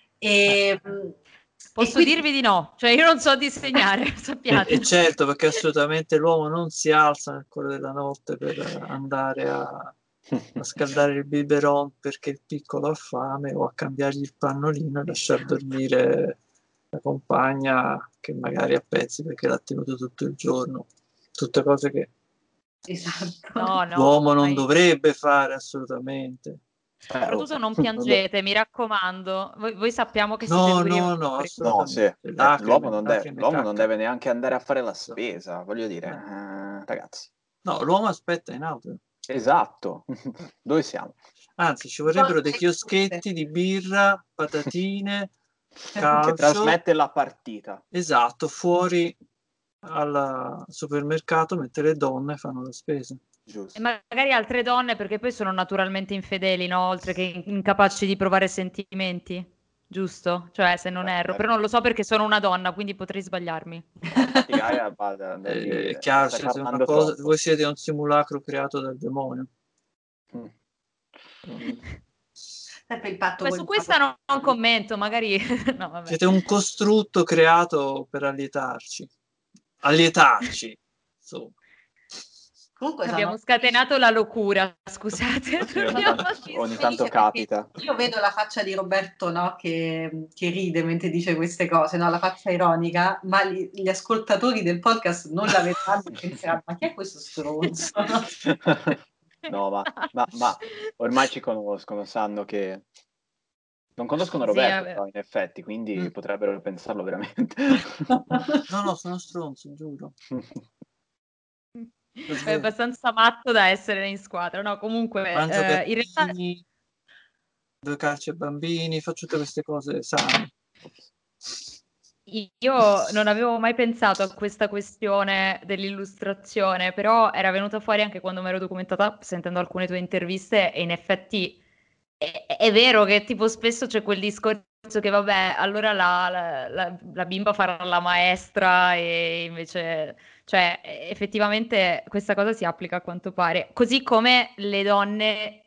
Posso quindi... dirvi di no, cioè io non so disegnare, sappiate. E certo, perché assolutamente l'uomo non si alza nel cuore della notte per andare a scaldare il biberon perché il piccolo ha fame o a cambiargli il pannolino e lasciar dormire la compagna che magari a pezzi perché l'ha tenuto tutto il giorno. Tutte cose che Esatto. l'uomo non mai. dovrebbe fare assolutamente. Soprattutto non piangete, mi raccomando. Voi sappiamo che siete No, duri e no, umili. no, No, sì. assolutamente. Lacrime, lacrime, L'uomo non cacca. deve neanche andare a fare la spesa, voglio dire, No. ragazzi. No, l'uomo aspetta in auto. Esatto. Dove siamo? Anzi, ci vorrebbero dei chioschetti di birra, patatine, Che calcio. trasmette la partita. Esatto, fuori al supermercato mentre le donne fanno la spesa. E Giusto. magari altre donne, perché poi sono naturalmente infedeli, no? Oltre che incapaci di provare sentimenti, giusto? Cioè, se non erro. Però non lo so perché sono una donna, quindi potrei sbagliarmi. Infatti Gaia, È chiaro, stai siete una parlando cosa, troppo. voi siete un simulacro creato dal demonio. Sempre il patto Beh, con su il questa non commento, magari... No, vabbè. Siete un costrutto creato per allietarci. Allietarci, insomma. Comunque Abbiamo scatenato la locura, scusate. Sì, ogni felice tanto perché capita. io vedo la faccia di Roberto, no, che ride mentre dice queste cose, no, la faccia ironica, ma gli ascoltatori del podcast non la vedranno e penseranno, ma chi è questo stronzo? No, ma ormai ci conoscono, sanno che... Non conoscono Sì, Roberto, vabbè. però, in effetti, quindi potrebbero pensarlo veramente. No, sono stronzo, giuro. È Davvero. abbastanza matto da essere in squadra, no? Comunque, Mangio in realtà gattini, due calci ai bambini, faccio tutte queste cose sane. io non avevo mai pensato a questa questione dell'illustrazione, però era venuta fuori anche quando mi ero documentata sentendo alcune tue interviste e in effetti è vero che tipo spesso c'è quel discorso che vabbè, allora la bimba farà la maestra e invece, cioè effettivamente questa cosa si applica a quanto pare, così come le donne...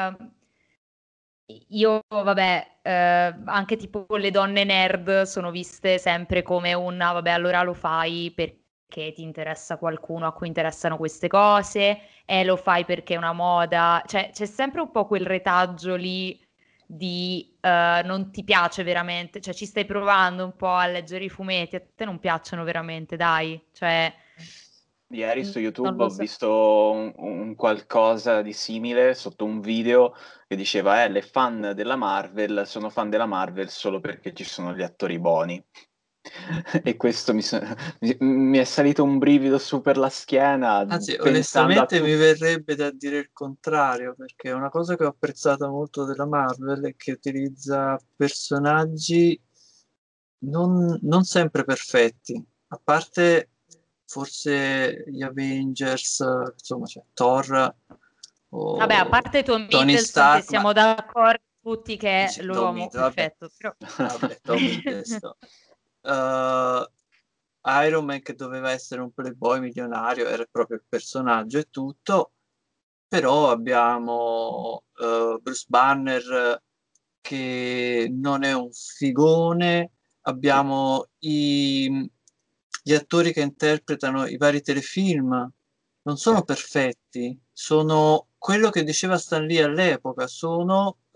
io, vabbè, anche tipo le donne nerd sono viste sempre come una, vabbè, allora lo fai perché ti interessa qualcuno a cui interessano queste cose, e lo fai perché è una moda, cioè c'è sempre un po' quel retaggio lì di non ti piace veramente, cioè ci stai provando un po' a leggere i fumetti, a te non piacciono veramente, dai, cioè Ieri su non YouTube lo ho so. visto un qualcosa di simile sotto un video che diceva le fan della Marvel sono fan della Marvel solo perché ci sono gli attori buoni. E questo mi è salito un brivido su per la schiena Anzi, pensando a onestamente mi tutto. verrebbe da dire il contrario, perché una cosa che ho apprezzato molto della Marvel è che utilizza personaggi non sempre perfetti, a parte forse gli Avengers, insomma, c'è Thor Vabbè, a o parte Tom Tony Hiddleston, che Stark, ma siamo d'accordo tutti che è dici, l'uomo Vabbè, perfetto, però... vabbè, Tom Hiddleston. Iron Man che doveva essere un playboy milionario, era proprio il personaggio e tutto, però abbiamo Bruce Banner che non è un figone, abbiamo gli attori che interpretano i vari telefilm, non sono perfetti, sono quello che diceva Stan Lee all'epoca, sono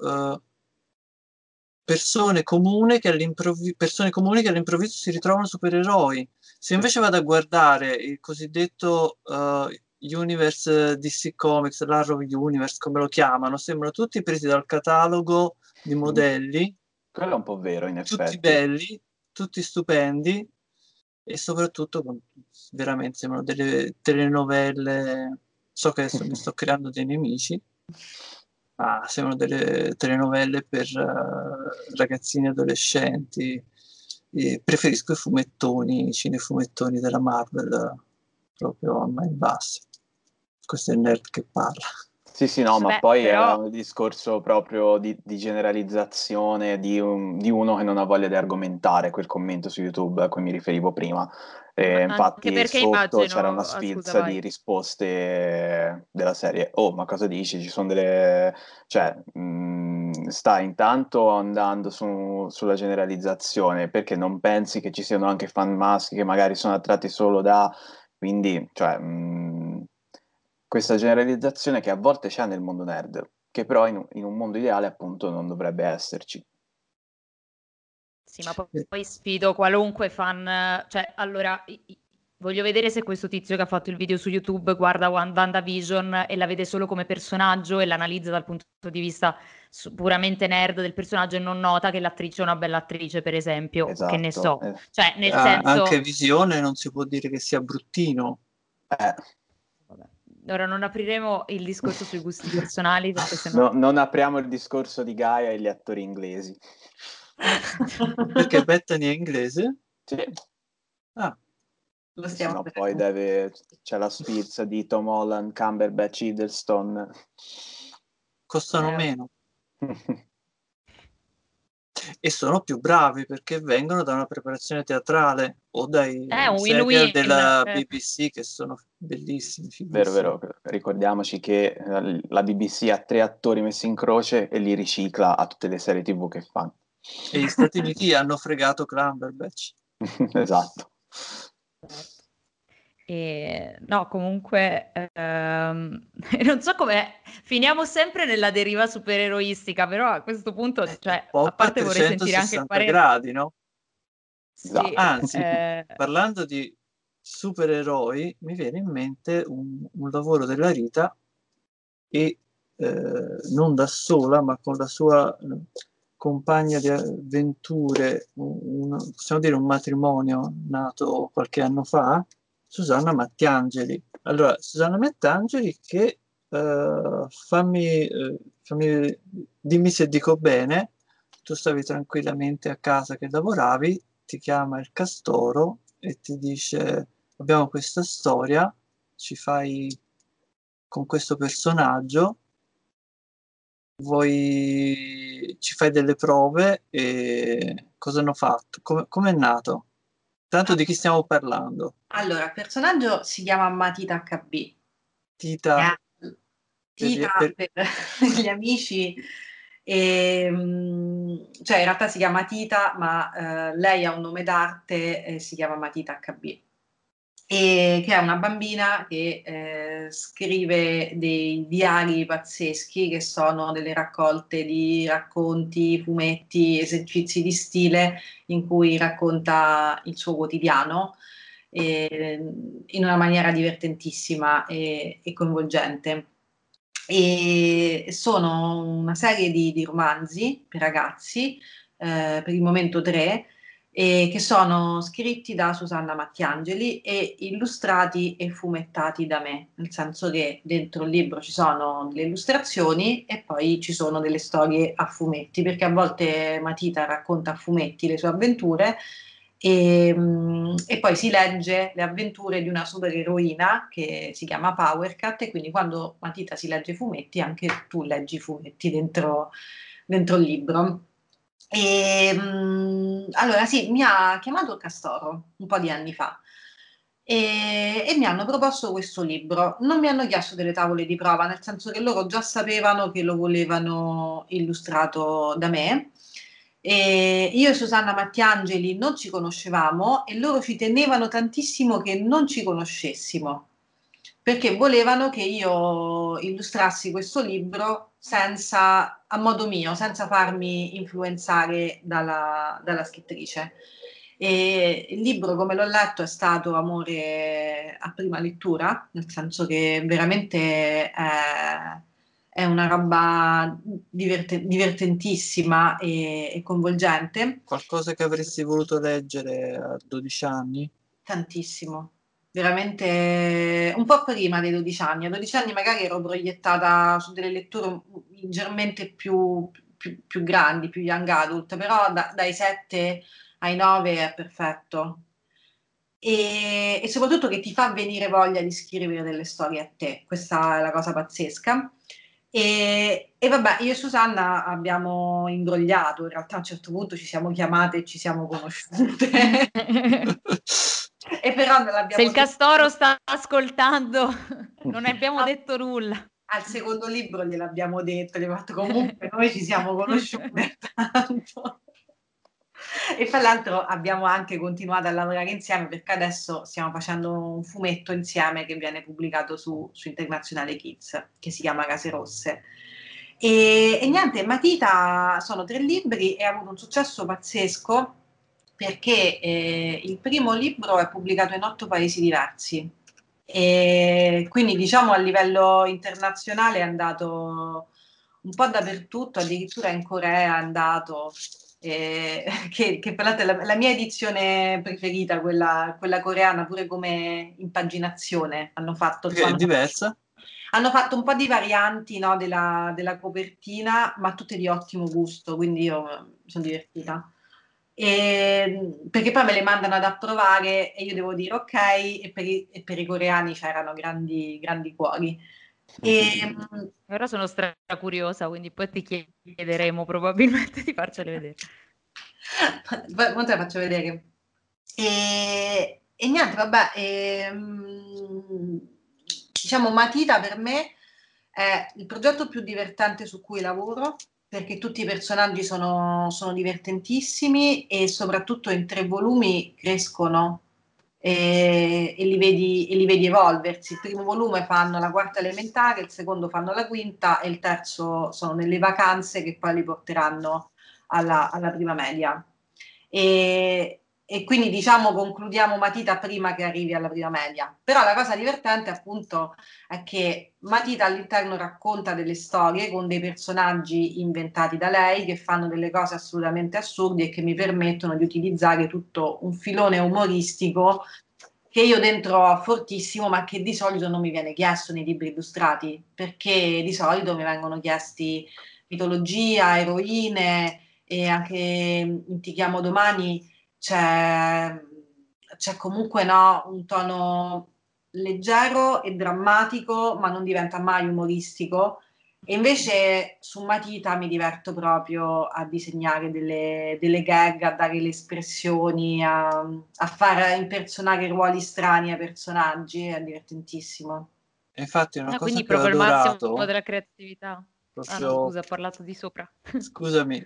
persone comuni che all'improvviso si ritrovano supereroi. Se invece vado a guardare il cosiddetto Universe DC Comics, l'Arrow Universe, come lo chiamano, sembrano tutti presi dal catalogo di modelli, Quello è un po' vero, in tutti effetti. belli, tutti stupendi, e soprattutto veramente sembrano delle telenovelle. So che adesso mi sto creando dei nemici, ma sembrano delle telenovelle per ragazzini e adolescenti. E preferisco i fumettoni, i cinefumettoni della Marvel, proprio a mani basse. Questo è il nerd che parla. Sì, no, ma Beh, poi però è un discorso proprio di generalizzazione di uno che non ha voglia di argomentare quel commento su YouTube a cui mi riferivo prima. anche Infatti perché sotto c'era una immagino, scusa, sfilza di vai. risposte della serie: oh, ma cosa dici? Ci sono delle... cioè, stai intanto andando sulla generalizzazione, perché non pensi che ci siano anche fan maschi che magari sono attratti solo da... Quindi, cioè... questa generalizzazione che a volte c'è nel mondo nerd, che però in un mondo ideale appunto non dovrebbe esserci. Sì, ma poi sfido qualunque fan, cioè, allora, voglio vedere se questo tizio che ha fatto il video su YouTube guarda WandaVision e la vede solo come personaggio e l'analizza dal punto di vista puramente nerd del personaggio e non nota che l'attrice è una bella attrice, per esempio, che ne Esatto. so. Cioè, nel Anche senso... Visione non si può dire che sia bruttino. Eh. Vabbè. Ora non apriremo il discorso sui gusti personali perché sennò... No, non apriamo il discorso di Gaia e gli attori inglesi. Perché Bethany è inglese? Sì, Ah, Lo se stiamo no poi c'è la sfilza di Tom Holland, Cumberbatch, Hiddleston. costano vabbè. meno e sono più bravi perché vengono da una preparazione teatrale o dai È un serial win-win. della BBC che sono bellissimi, Vero, fighissimi. vero, ricordiamoci che la BBC ha 3 attori messi in croce e li ricicla a tutte le serie TV che fanno. E gli Stati Uniti hanno fregato Cumberbatch. Esatto. Certo. E, no, comunque, non so come finiamo sempre nella deriva supereroistica, però a questo punto, Un cioè, a po' a parte vorrei sentire anche il 360 parere. gradi, no? Sì, Esatto. Anzi, parlando di supereroi, mi viene in mente un lavoro della Rita e non da sola, ma con la sua compagna di avventure, possiamo dire un matrimonio nato qualche anno fa, Susanna Mattiangeli. Allora, Susanna Mattiangeli che dimmi se dico bene, tu stavi tranquillamente a casa che lavoravi, ti chiama il Castoro e ti dice abbiamo questa storia, ci fai con questo personaggio, ci fai delle prove e cosa hanno fatto? Come è nato? Tanto di chi stiamo parlando? Allora, il personaggio si chiama Matita HB. Tita Tita per gli amici, cioè in realtà si chiama Tita, ma lei ha un nome d'arte e si chiama Matita HB. E che è una bambina che scrive dei diari pazzeschi che sono delle raccolte di racconti, fumetti, esercizi di stile in cui racconta il suo quotidiano in una maniera divertentissima e coinvolgente. E sono una serie di romanzi per ragazzi, per il momento 3, che sono scritti da Susanna Mattiangeli e illustrati e fumettati da me, nel senso che dentro il libro ci sono delle illustrazioni e poi ci sono delle storie a fumetti, perché a volte Matita racconta a fumetti le sue avventure e poi si legge le avventure di una supereroina che si chiama Powercat e quindi quando Matita si legge i fumetti anche tu leggi i fumetti dentro il libro. Allora sì, mi ha chiamato il Castoro un po' di anni fa e mi hanno proposto questo libro. Non mi hanno chiesto delle tavole di prova, nel senso che loro già sapevano che lo volevano illustrato da me. E io e Susanna Mattiangeli non ci conoscevamo e loro ci tenevano tantissimo che non ci conoscessimo. perché volevano che io illustrassi questo libro a modo mio, senza farmi influenzare dalla scrittrice. E il libro, come l'ho letto, è stato amore a prima lettura, nel senso che veramente è una roba divertentissima e coinvolgente. Qualcosa che avresti voluto leggere a 12 anni? Tantissimo, veramente un po' prima dei 12 anni. A 12 anni magari ero proiettata su delle letture leggermente più grandi, più young adult, però dai 7 ai 9 è perfetto. E soprattutto che ti fa venire voglia di scrivere delle storie a te, questa è la cosa pazzesca. E vabbè, io e Susanna abbiamo imbrogliato, in realtà a un certo punto ci siamo chiamate e ci siamo conosciute. E però non Se l'abbiamo il Castoro sta ascoltando, non abbiamo detto nulla. al secondo libro gliel'abbiamo detto, gli ho fatto comunque noi ci siamo conosciute tanto. E fra l'altro abbiamo anche continuato a lavorare insieme perché adesso stiamo facendo un fumetto insieme che viene pubblicato su Internazionale Kids, che si chiama Case Rosse. E niente, Matita sono 3 libri e ha avuto un successo pazzesco perché il primo libro è pubblicato in 8 paesi diversi. E quindi diciamo a livello internazionale è andato un po' dappertutto, addirittura in Corea è andato, che tra l'altro è la mia edizione preferita, quella coreana, pure come impaginazione. Perché è diversa? Hanno fatto un po' di varianti, no, della copertina, ma tutte di ottimo gusto, quindi io mi sono divertita. Perché poi me le mandano ad approvare e io devo dire ok, e per i coreani c'erano grandi, grandi cuori. E, Ora sono curiosa, quindi poi ti chiederemo probabilmente di farcele vedere. poi te la faccio vedere. E niente, vabbè, diciamo Matita per me è il progetto più divertente su cui lavoro perché tutti i personaggi sono divertentissimi e soprattutto in 3 volumi crescono e li vedi evolversi. Il primo volume fanno la quarta elementare, il secondo fanno la quinta e il terzo sono nelle vacanze che poi li porteranno alla prima media. E quindi diciamo concludiamo Matita prima che arrivi alla prima media. Però la cosa divertente appunto è che Matita all'interno racconta delle storie con dei personaggi inventati da lei che fanno delle cose assolutamente assurde e che mi permettono di utilizzare tutto un filone umoristico che io dentro ho fortissimo, ma che di solito non mi viene chiesto nei libri illustrati, perché di solito mi vengono chiesti mitologia, eroine e anche in Ti chiamo domani c'è comunque no, un tono leggero e drammatico, ma non diventa mai umoristico. E invece su Matita mi diverto proprio a disegnare delle gag, a dare le espressioni, a far impersonare ruoli strani ai personaggi, è divertentissimo. E infatti una cosa Quindi che ho proprio il massimo adorato, della creatività. Ah no, proprio, scusa, ho parlato di sopra. scusami,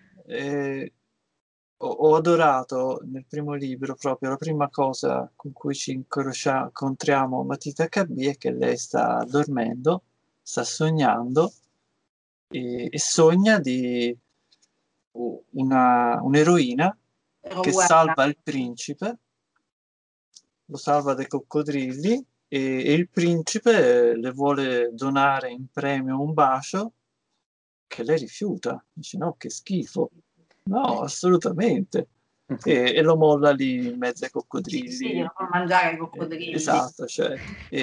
ho adorato nel primo libro proprio la prima cosa con cui ci incontriamo Matita KB è che lei sta dormendo, sta sognando e sogna di un'eroina che Rowena. salva il principe, lo salva dai coccodrilli e il principe le vuole donare in premio un bacio che lei rifiuta. Dice no, che schifo. No, assolutamente. E lo molla lì in mezzo ai Sì, sì, coccodrilli. glielo fa mangiare ai coccodrilli. Esatto, cioè,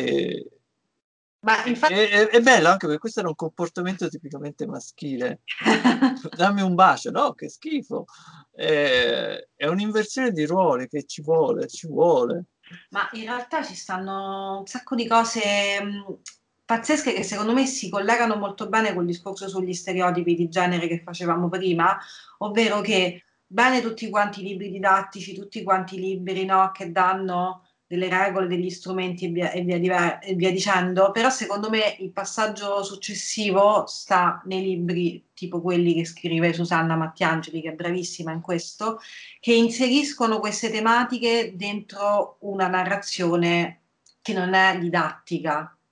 Ma infatti è bello anche perché questo era un comportamento tipicamente maschile. Dammi un bacio, no, che schifo. È un'inversione di ruoli che ci vuole, ci vuole. Ma in realtà ci stanno un sacco di cose pazzesche che secondo me si collegano molto bene col discorso sugli stereotipi di genere che facevamo prima, ovvero che bene tutti quanti i libri didattici, tutti quanti i libri no, che danno delle regole, degli strumenti e via dicendo, però secondo me il passaggio successivo sta nei libri tipo quelli che scrive Susanna Mattiangeli, che è bravissima in questo, che inseriscono queste tematiche dentro una narrazione che non è didattica,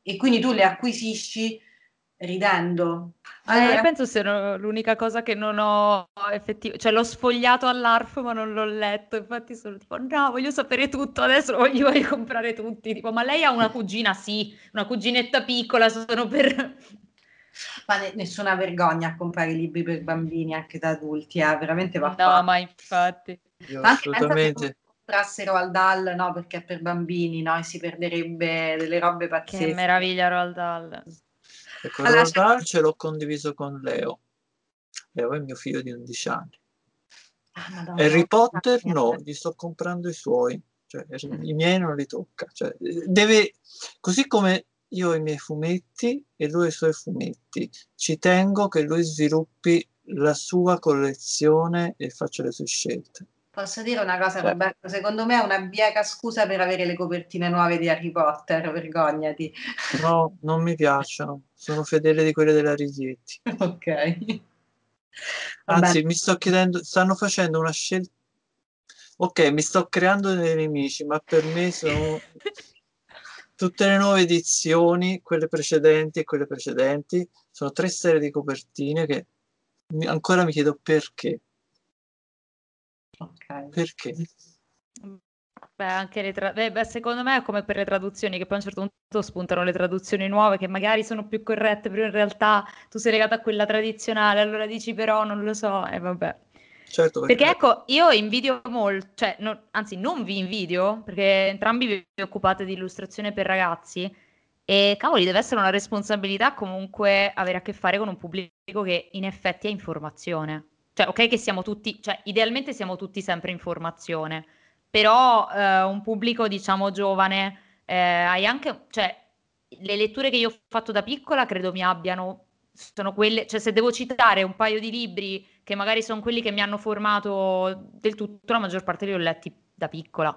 e quindi tu le acquisisci ridendo. Allora, Io penso sia l'unica cosa che non ho effettivamente, cioè l'ho sfogliato all'ARF ma non l'ho letto, infatti sono tipo no, voglio sapere tutto, adesso voglio comprare tutti, tipo ma lei ha una cugina? Sì, una cuginetta piccola, sono per... ma nessuna vergogna a comprare libri per bambini anche da adulti, veramente va No, fatto. ma infatti... Io Ma anche pensa se assolutamente. comprassero al DAL, no, perché è per bambini, no, e si perderebbe delle robe Che pazzesche. meraviglia Roald Dahl. Ecco, Allora, Roald Dahl ce l'ho condiviso con Leo. Leo è mio figlio di 11 anni. Madonna, Harry Potter no, niente. gli sto comprando i suoi. Cioè, i miei non li tocca. Cioè, deve, così come io ho i miei fumetti e lui ha i suoi fumetti, ci tengo che lui sviluppi la sua collezione e faccia le sue scelte. Posso dire una cosa, Cioè, Roberto? Secondo me è una bieca scusa per avere le copertine nuove di Harry Potter, vergognati. No, non mi piacciono, sono fedele di quelle della Risetti. Ok. Vabbè. Anzi, mi sto chiedendo, stanno facendo una scelta. Ok, mi sto creando dei nemici, ma per me sono tutte le nuove edizioni, quelle precedenti e quelle precedenti, sono 3 serie di copertine che ancora mi chiedo perché. Ok. Perché? Beh, anche beh, secondo me è come per le traduzioni, che poi a un certo punto spuntano le traduzioni nuove che magari sono più corrette, però in realtà tu sei legato a quella tradizionale, allora dici però non lo so, e vabbè. Certo, Perché perché ecco, io invidio molto, cioè, anzi non vi invidio, perché entrambi vi occupate di illustrazione per ragazzi, e cavoli, deve essere una responsabilità comunque avere a che fare con un pubblico che in effetti è informazione. Cioè, ok che siamo tutti, cioè, idealmente siamo tutti sempre in formazione, però un pubblico, diciamo, giovane, hai anche, cioè, le letture che io ho fatto da piccola credo mi abbiano, sono quelle, cioè, se devo citare un paio di libri che magari sono quelli che mi hanno formato del tutto, la maggior parte li ho letti da piccola.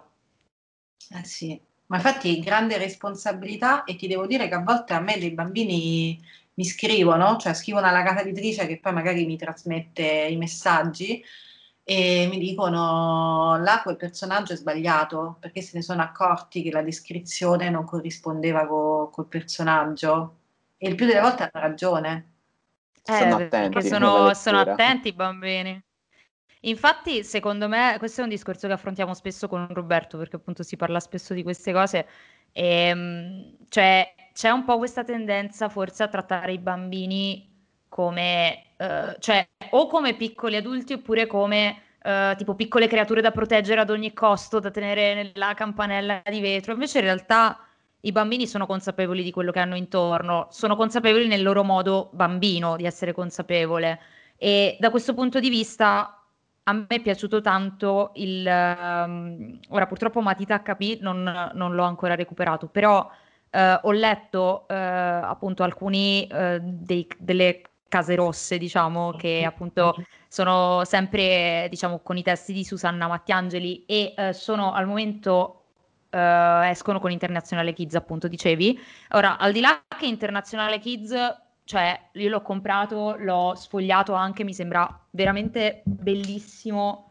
Sì, ma infatti grande responsabilità e ti devo dire che a volte a me dei bambini mi scrivono, cioè scrivono alla casa editrice che poi magari mi trasmette i messaggi e mi dicono là quel personaggio è sbagliato perché se ne sono accorti che la descrizione non corrispondeva col personaggio e il più delle volte hanno ragione. stanno Perché attenti nella sono lettura. attenti i bambini. Infatti, secondo me, questo è un discorso che affrontiamo spesso con Roberto, perché appunto si parla spesso di queste cose. Cioè, c'è un po' questa tendenza forse a trattare i bambini come, cioè, o come piccoli adulti oppure come tipo piccole creature da proteggere ad ogni costo, da tenere nella campanella di vetro. Invece in realtà i bambini sono consapevoli di quello che hanno intorno, sono consapevoli nel loro modo bambino di essere consapevole. E da questo punto di vista a me è piaciuto tanto ora purtroppo Matita HP non l'ho ancora recuperato, però ho letto appunto alcuni delle case rosse, diciamo, che appunto sono sempre, diciamo, con i testi di Susanna Mattiangeli e sono al momento escono con Internazionale Kids, appunto, dicevi. Ora, al di là che Internazionale Kids, cioè, io l'ho comprato, l'ho sfogliato anche, mi sembra veramente bellissimo.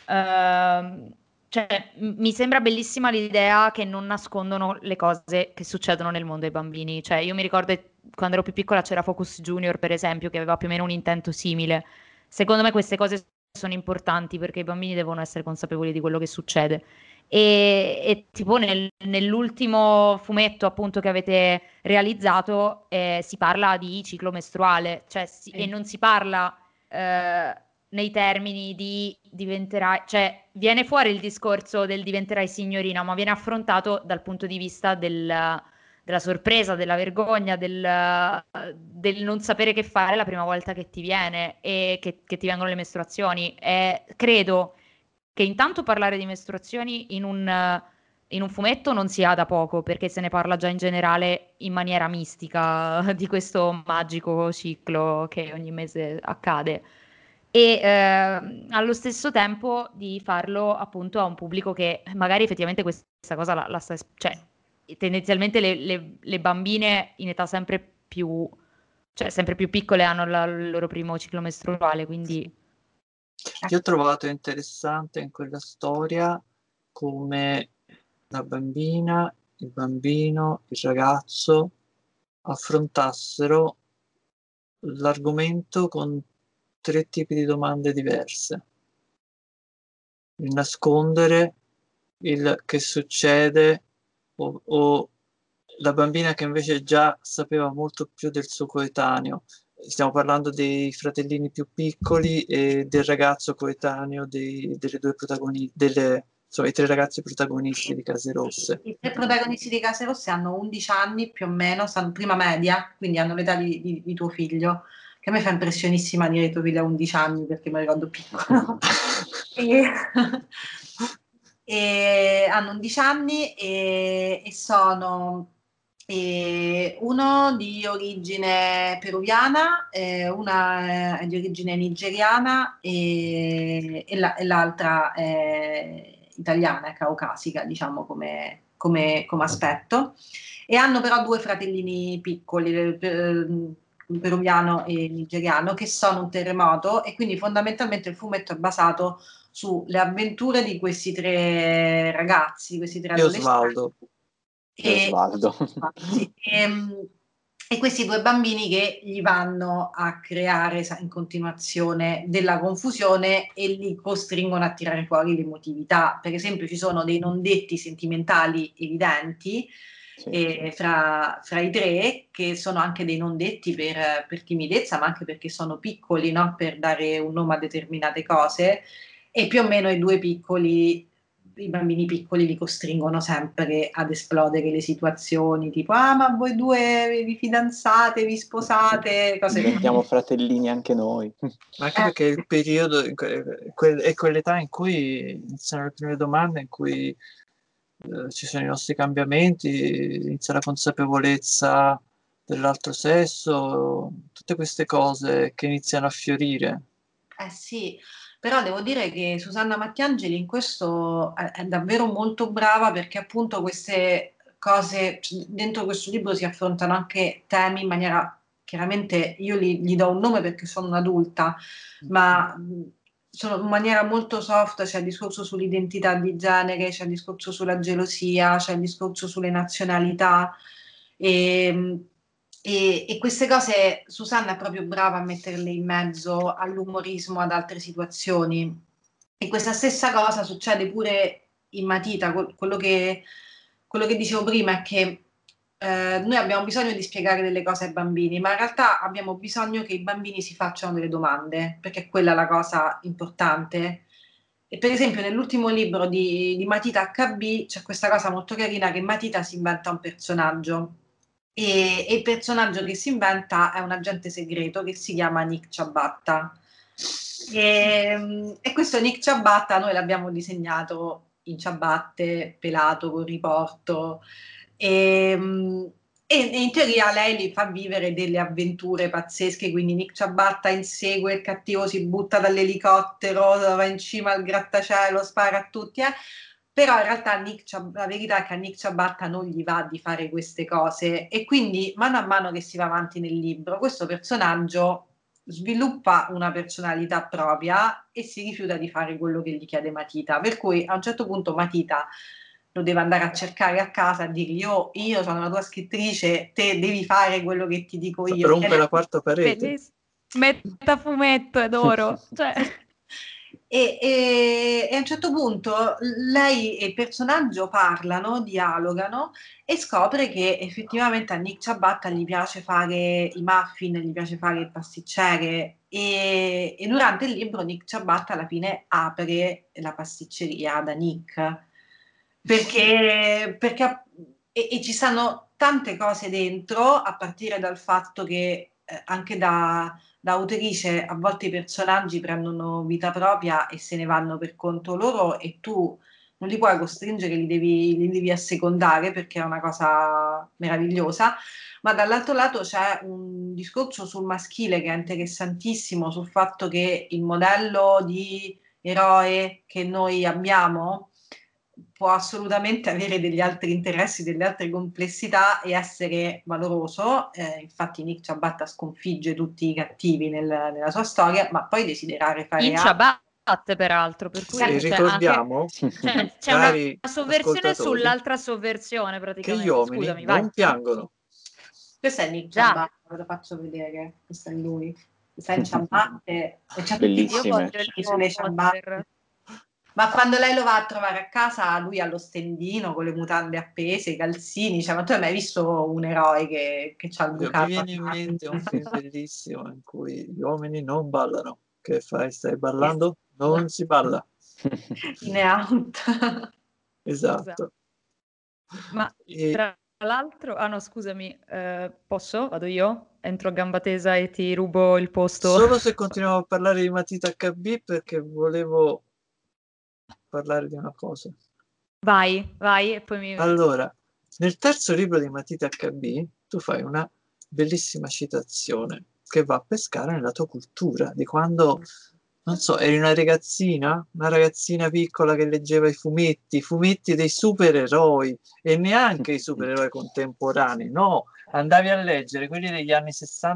Cioè, mi sembra bellissima l'idea che non nascondono le cose che succedono nel mondo dei bambini. Cioè, io mi ricordo quando ero più piccola c'era Focus Junior, per esempio, che aveva più o meno un intento simile. Secondo me queste cose sono importanti perché i bambini devono essere consapevoli di quello che succede. E tipo nell'ultimo fumetto appunto che avete realizzato si parla di ciclo mestruale, cioè e non si parla nei termini di diventerai, cioè viene fuori il discorso del diventerai signorina, ma viene affrontato dal punto di vista della sorpresa, della vergogna, del non sapere che fare la prima volta che ti viene e che ti vengono le mestruazioni. E credo che intanto parlare di mestruazioni in un fumetto non sia da poco, perché se ne parla già in generale in maniera mistica di questo magico ciclo che ogni mese accade. E allo stesso tempo di farlo appunto a un pubblico che magari effettivamente questa cosa la sta, cioè tendenzialmente le bambine in età cioè sempre più piccole hanno il loro primo ciclo mestruale, quindi io ho trovato interessante in quella storia come la bambina, il bambino, il ragazzo affrontassero l'argomento con 3 tipi di domande diverse. Il nascondere, il che succede, o la bambina che invece già sapeva molto più del suo coetaneo. Stiamo parlando dei fratellini più piccoli e del ragazzo coetaneo delle 2 protagonisti, insomma, i 3 ragazzi protagonisti di Case Rosse. I 3 protagonisti di Case Rosse hanno 11 anni più o meno, stanno prima media, quindi hanno l'età di tuo figlio, che a me fa impressionissima dire tuo figlio ha 11 anni perché me lo ricordo piccolo. E hanno 11 anni e sono uno di origine peruviana, una è di origine nigeriana e l'altra è italiana, caucasica, diciamo come aspetto. E hanno però 2 fratellini piccoli, peruviano e nigeriano, che sono un terremoto, e quindi fondamentalmente il fumetto è basato sulle avventure di questi 3 ragazzi, questi 3 E adolescenti. Osvaldo. Sì, e questi 2 bambini che gli vanno a creare in continuazione della confusione e li costringono a tirare fuori l'emotività. Per esempio ci sono dei non detti sentimentali evidenti fra i 3, che sono anche dei non detti per timidezza, ma anche perché sono piccoli, no? Per dare un nome a determinate cose, e più o meno i bambini piccoli li costringono sempre ad esplodere le situazioni, tipo ma voi 2 vi fidanzate, vi sposate, cose Diventiamo fratellini anche noi. Ma anche perché è il periodo, è quell'età in cui iniziano le prime domande, in cui ci sono i nostri cambiamenti, inizia la consapevolezza dell'altro sesso, tutte queste cose che iniziano a fiorire. Sì, però devo dire che Susanna Mattiangeli in questo è davvero molto brava, perché appunto queste cose, dentro questo libro si affrontano anche temi in maniera, chiaramente io gli do un nome perché sono un'adulta, ma sono in maniera molto soft. C'è il discorso sull'identità di genere, c'è il discorso sulla gelosia, c'è il discorso sulle nazionalità, e queste cose Susanna è proprio brava a metterle in mezzo all'umorismo, ad altre situazioni. E questa stessa cosa succede pure in Matita. Quello che dicevo prima è che noi abbiamo bisogno di spiegare delle cose ai bambini, ma in realtà abbiamo bisogno che i bambini si facciano delle domande, perché è quella la cosa importante. E per esempio nell'ultimo libro di Matita HB c'è questa cosa molto carina, che Matita si inventa un personaggio, e il personaggio che si inventa è un agente segreto che si chiama Nick Ciabatta. E questo Nick Ciabatta noi l'abbiamo disegnato in ciabatte, pelato, con riporto, e in teoria lei li fa vivere delle avventure pazzesche. Quindi Nick Ciabatta insegue il cattivo, si butta dall'elicottero, va in cima al grattacielo, spara a tutti, però in realtà la verità è che a Nick Ciabatta non gli va di fare queste cose, e quindi mano a mano che si va avanti nel libro questo personaggio sviluppa una personalità propria e si rifiuta di fare quello che gli chiede Matita, per cui a un certo punto Matita lo deve andare a cercare a casa e dirgli: io sono la tua scrittrice, te devi fare quello che ti dico io. Rompe la quarta parete. Bellissimo. Metafumetto, adoro. Cioè. E a un certo punto lei e il personaggio parlano, dialogano, e scopre che effettivamente a Nick Ciabatta gli piace fare i muffin, gli piace fare il pasticcere, e durante il libro Nick Ciabatta alla fine apre la pasticceria da Nick, perché e ci stanno tante cose dentro, a partire dal fatto che anche da autrice a volte i personaggi prendono vita propria e se ne vanno per conto loro, e tu non li puoi costringere, li devi assecondare, perché è una cosa meravigliosa. Ma dall'altro lato c'è un discorso sul maschile che è interessantissimo, sul fatto che il modello di eroe che noi abbiamo può assolutamente avere degli altri interessi, delle altre complessità e essere valoroso. Infatti Nick Ciabatta sconfigge tutti i cattivi nella sua storia, ma poi desiderare fare in ciabatte, peraltro, per cui Sì, ricordiamo, c'è una sovversione ascoltatori, sull'altra sovversione, che gli praticamente. uomini Scusami, non vai. piangono. Questo è Nick Già. Ciabatta, ve lo faccio vedere. Questo è lui. Sta in ciabatte e c'ha tutti i Bellissime. Io voglio il sulle ciabatte. poster. Ma quando lei lo va a trovare a casa, lui ha lo stendino con le mutande appese, i calzini. Cioè, ma tu hai mai visto un eroe che c'ha il Mi bucato? viene in mente un film bellissimo in cui gli uomini non ballano. Che fai? Stai ballando? Non si balla. In out. Esatto. Ma E tra l'altro, no, scusami, posso? Vado io? Entro a gamba tesa e ti rubo il posto. solo se continuiamo a parlare di Matita HB perché volevo parlare di una cosa. Vai, e poi mi... Allora, nel terzo libro di Matita HB tu fai una bellissima citazione che va a pescare nella tua cultura, di quando, non so, eri una ragazzina piccola che leggeva i fumetti dei supereroi e neanche i supereroi contemporanei, no, andavi a leggere quelli degli anni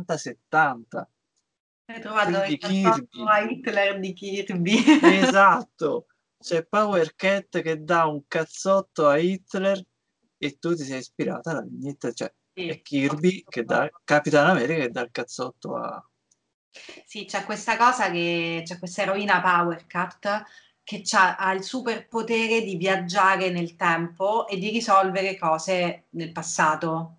60-70. Hai trovato Quindi il Kirby. a Hitler di Kirby. Esatto, c'è Power Cat che dà un cazzotto a Hitler e tu ti sei ispirata alla vignetta, cioè Sì. è Kirby che dà, Capitan America che dà il cazzotto a... Sì, c'è questa cosa che c'è questa eroina Power Cat che ha il superpotere di viaggiare nel tempo e di risolvere cose nel passato.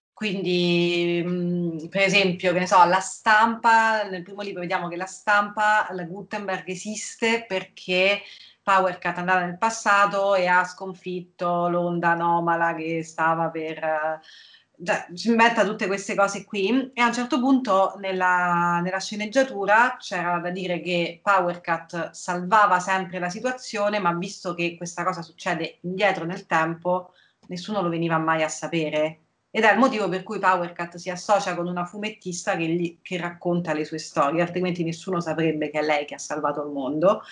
Quindi, per esempio, che ne so, la stampa, nel primo libro vediamo che la stampa, la Gutenberg esiste perché Power Cat è andata nel passato e ha sconfitto l'onda anomala che stava per... cioè, si inventa tutte queste cose qui e a un certo punto nella sceneggiatura c'era da dire che Power Cat salvava sempre la situazione, ma visto che questa cosa succede indietro nel tempo, nessuno lo veniva mai a sapere. Ed è il motivo per cui Power Cat si associa con una fumettista che racconta le sue storie, altrimenti nessuno saprebbe che è lei che ha salvato il mondo.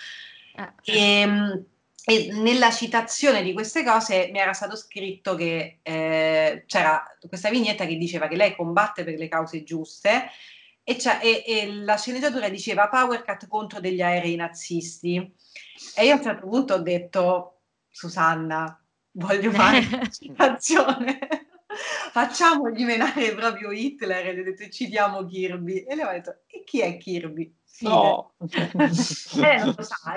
E nella citazione di queste cose mi era stato scritto che c'era questa vignetta che diceva che lei combatte per le cause giuste e la sceneggiatura diceva Power Cat contro degli aerei nazisti. E io a un certo punto ho detto, Susanna, voglio fare una citazione. Facciamogli menare proprio Hitler e le ho detto uccidiamo Kirby e le ho detto e chi è Kirby? No! Non lo sa,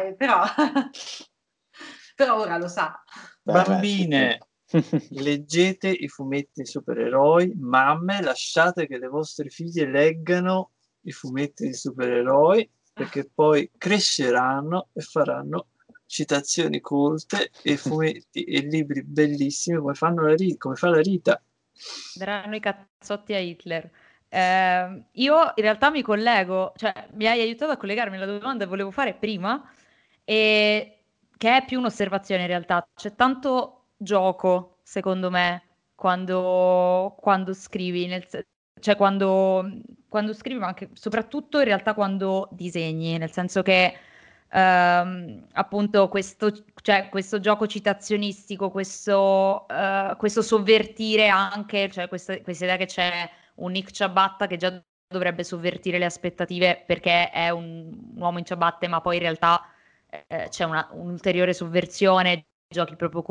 però ora lo sa. Bambine, leggete i fumetti di supereroi, mamme, lasciate che le vostre figlie leggano i fumetti di supereroi perché poi cresceranno e faranno citazioni colte e fumetti e libri bellissimi come come fa la Rita. daranno i cazzotti a Hitler. Io in realtà mi collego, cioè mi hai aiutato a collegarmi alla domanda che volevo fare prima, e che è più un'osservazione in realtà. C'è tanto gioco, secondo me, quando scrivi, cioè quando scrivi, ma anche soprattutto in realtà quando disegni, nel senso che appunto questo gioco citazionistico, questo sovvertire anche, cioè questa idea che c'è un Nick Ciabatta che già dovrebbe sovvertire le aspettative perché è un uomo in ciabatte, ma poi in realtà c'è un'ulteriore sovversione, giochi proprio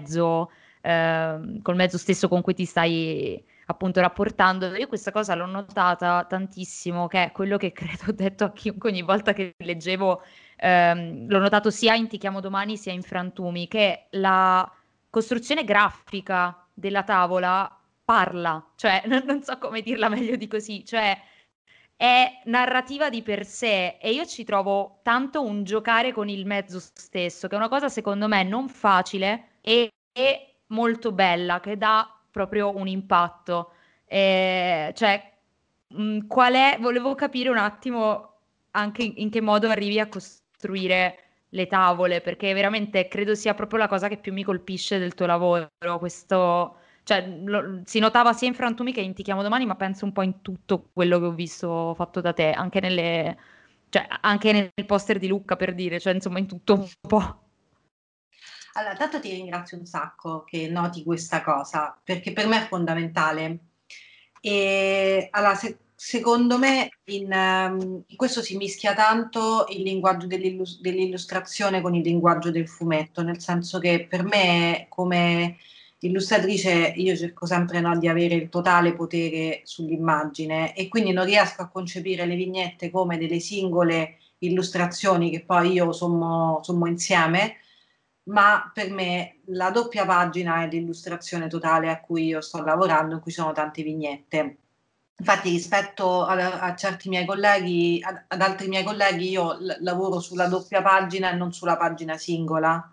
col mezzo stesso con cui ti stai appunto rapportando. Io questa cosa l'ho notata tantissimo, che è quello che credo ho detto a chiunque ogni volta che leggevo, l'ho notato sia in Ti chiamo domani sia in Frantumi, che la costruzione grafica della tavola parla, cioè non so come dirla meglio di così, cioè è narrativa di per sé e io ci trovo tanto un giocare con il mezzo stesso, che è una cosa secondo me non facile e molto bella, che dà proprio un impatto. Cioè, volevo capire un attimo anche in che modo arrivi a costruire le tavole, perché veramente credo sia proprio la cosa che più mi colpisce del tuo lavoro, questo, cioè, si notava sia in Frantumi che in Ti chiamo domani, ma penso un po' in tutto quello che ho visto fatto da te, cioè, anche nel poster di Lucca per dire, cioè insomma in tutto un po'. Allora, tanto ti ringrazio un sacco che noti questa cosa, perché per me è fondamentale. E allora, secondo me in questo si mischia tanto il linguaggio dell'illustrazione con il linguaggio del fumetto, nel senso che per me come illustratrice io cerco sempre, no, di avere il totale potere sull'immagine e quindi non riesco a concepire le vignette come delle singole illustrazioni che poi io sommo insieme, ma per me la doppia pagina è l'illustrazione totale a cui io sto lavorando, in cui sono tante vignette. Infatti rispetto a certi miei colleghi, ad altri miei colleghi, io lavoro sulla doppia pagina e non sulla pagina singola,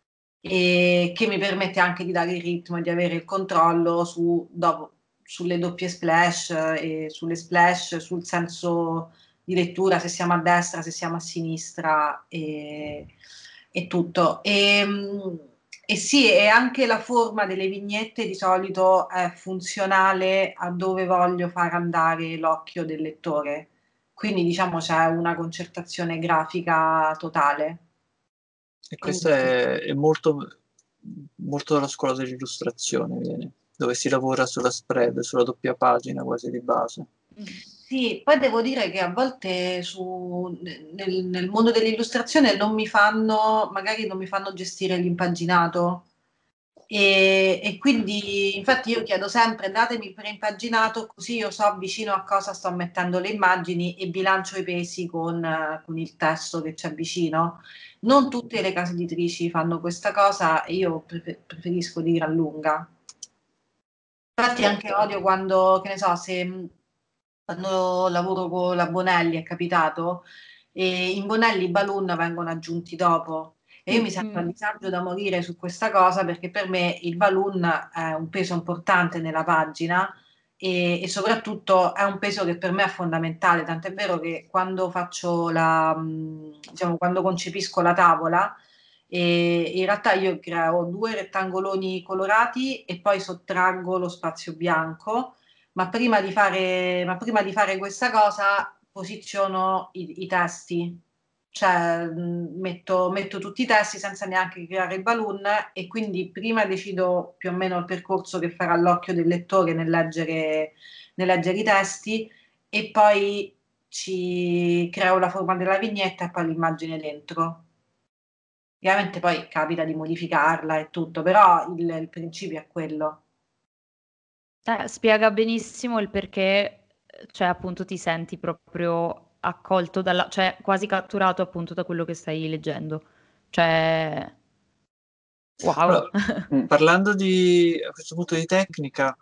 e che mi permette anche di dare il ritmo e di avere il controllo sulle doppie splash e sulle splash, sul senso di lettura, se siamo a destra, se siamo a sinistra e tutto. E sì, e anche la forma delle vignette di solito è funzionale a dove voglio far andare l'occhio del lettore. Quindi diciamo c'è una concertazione grafica totale. E questa è molto, molto dalla scuola dell'illustrazione, viene, dove si lavora sulla spread, sulla doppia pagina quasi di base. Sì, poi devo dire che a volte nel mondo dell'illustrazione magari non mi fanno gestire l'impaginato e quindi infatti io chiedo sempre datemi il preimpaginato così io so vicino a cosa sto mettendo le immagini e bilancio i pesi con il testo che c'è vicino. Non tutte le case editrici fanno questa cosa e io preferisco di gran lunga. Infatti anche odio quando, che ne so, quando lavoro con la Bonelli è capitato, e in Bonelli i balloon vengono aggiunti dopo. E io mi sento a disagio da morire su questa cosa perché per me il balloon è un peso importante nella pagina e soprattutto è un peso che per me è fondamentale, tant'è vero che quando diciamo, quando concepisco la tavola, in realtà io creo 2 rettangoloni colorati e poi sottraggo lo spazio bianco, ma prima di fare questa cosa posiziono i testi, cioè metto tutti i testi senza neanche creare il balloon e quindi prima decido più o meno il percorso che farà l'occhio del lettore nel leggere i testi e poi ci creo la forma della vignetta e poi l'immagine dentro. Ovviamente poi capita di modificarla e tutto, però il principio è quello. Spiega benissimo il perché, cioè appunto ti senti proprio accolto cioè quasi catturato appunto da quello che stai leggendo. Cioè, wow. Allora, parlando a questo punto di tecnica,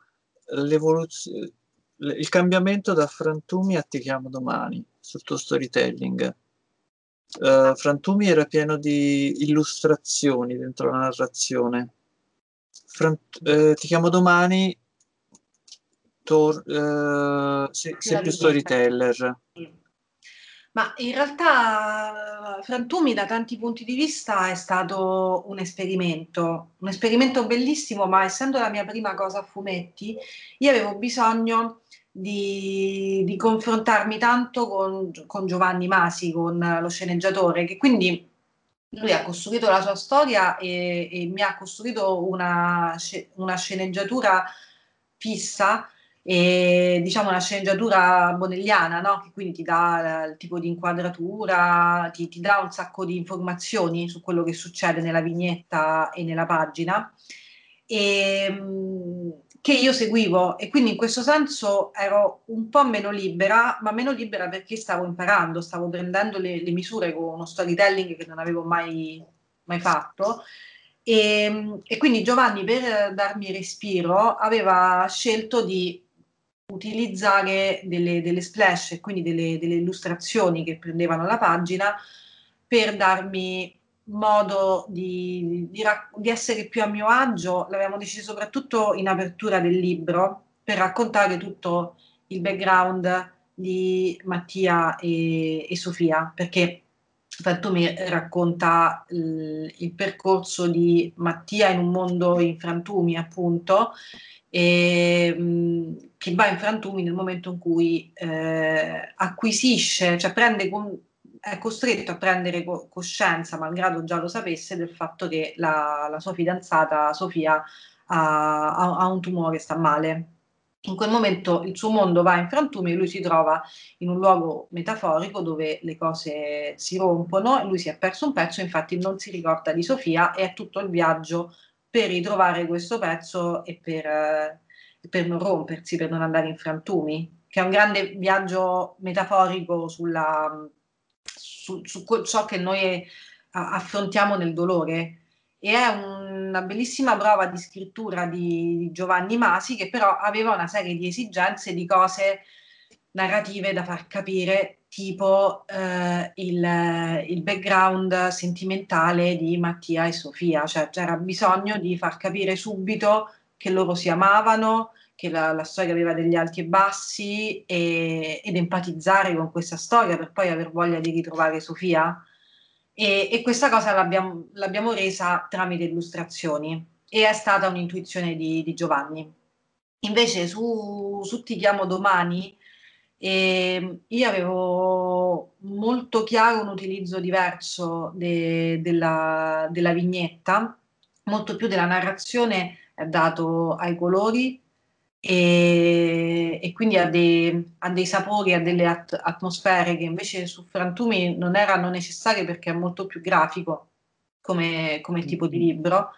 il cambiamento da frantumi a Ti chiamo domani sul tuo storytelling. Frantumi era pieno di illustrazioni dentro la narrazione. Ti chiamo domani, sei più storyteller. Ma in realtà Frantumi da tanti punti di vista è stato un esperimento bellissimo, ma essendo la mia prima cosa a fumetti, io avevo bisogno di confrontarmi tanto con Giovanni Masi, con lo sceneggiatore, che quindi lui ha costruito la sua storia e mi ha costruito una sceneggiatura fissa e diciamo una sceneggiatura bonelliana, no? Che quindi ti dà il tipo di inquadratura, ti dà un sacco di informazioni su quello che succede nella vignetta e nella pagina, che io seguivo e quindi in questo senso ero un po' meno libera, ma meno libera perché stavo imparando, stavo prendendo le misure con uno storytelling che non avevo mai fatto. E quindi Giovanni, per darmi respiro, aveva scelto di utilizzare delle splash e quindi delle illustrazioni che prendevano la pagina per darmi modo di essere più a mio agio. L'avevamo deciso soprattutto in apertura del libro per raccontare tutto il background di Mattia e Sofia, perché Frantumi racconta il percorso di Mattia in un mondo in frantumi, appunto, che va in frantumi nel momento in cui acquisisce, cioè è costretto a prendere coscienza, malgrado già lo sapesse, del fatto che la sua fidanzata Sofia ha un tumore, sta male. In quel momento il suo mondo va in frantumi e lui si trova in un luogo metaforico dove le cose si rompono, lui si è perso un pezzo, infatti non si ricorda di Sofia e è tutto il viaggio per ritrovare questo pezzo e per non rompersi, per non andare in frantumi, che è un grande viaggio metaforico su ciò che noi affrontiamo nel dolore. E è una bellissima prova di scrittura di Giovanni Masi, che però aveva una serie di esigenze, di cose narrative da far capire, tipo il background sentimentale di Mattia e Sofia, cioè c'era bisogno di far capire subito che loro si amavano, che la storia aveva degli alti e bassi, ed empatizzare con questa storia per poi aver voglia di ritrovare Sofia. E questa cosa l'abbiamo resa tramite illustrazioni, e è stata un'intuizione di Giovanni. Invece su Ti chiamo domani, io avevo molto chiaro un utilizzo diverso della vignetta, molto più della narrazione è dato ai colori, e quindi a dei sapori, a delle atmosfere che invece su Frantumi non erano necessarie, perché è molto più grafico come tipo di libro.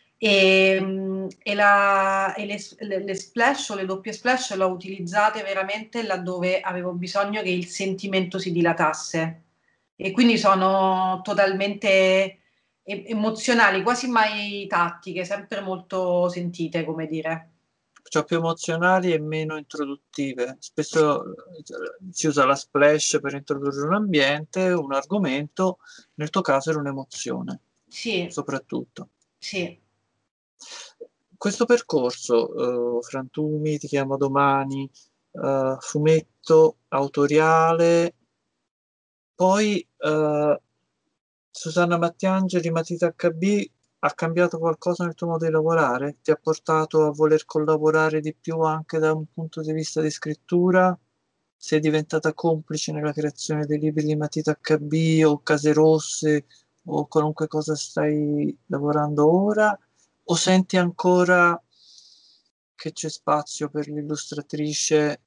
Le splash o le doppie splash le ho utilizzate veramente laddove avevo bisogno che il sentimento si dilatasse, e quindi sono totalmente emozionali, quasi mai tattiche, sempre molto sentite, come dire. Cioè più emozionali e meno introduttive. Spesso si usa la splash per introdurre un ambiente, un argomento, nel tuo caso era un'emozione, Sì, soprattutto. sì. Questo percorso, Frantumi, Ti chiamo domani, fumetto autoriale, poi Susanna Mattiangeli, Matita HB, ha cambiato qualcosa nel tuo modo di lavorare? Ti ha portato a voler collaborare di più anche da un punto di vista di scrittura? Sei diventata complice nella creazione dei libri di Matita HB o Case Rosse o qualunque cosa stai lavorando ora? O senti ancora che c'è spazio per l'illustratrice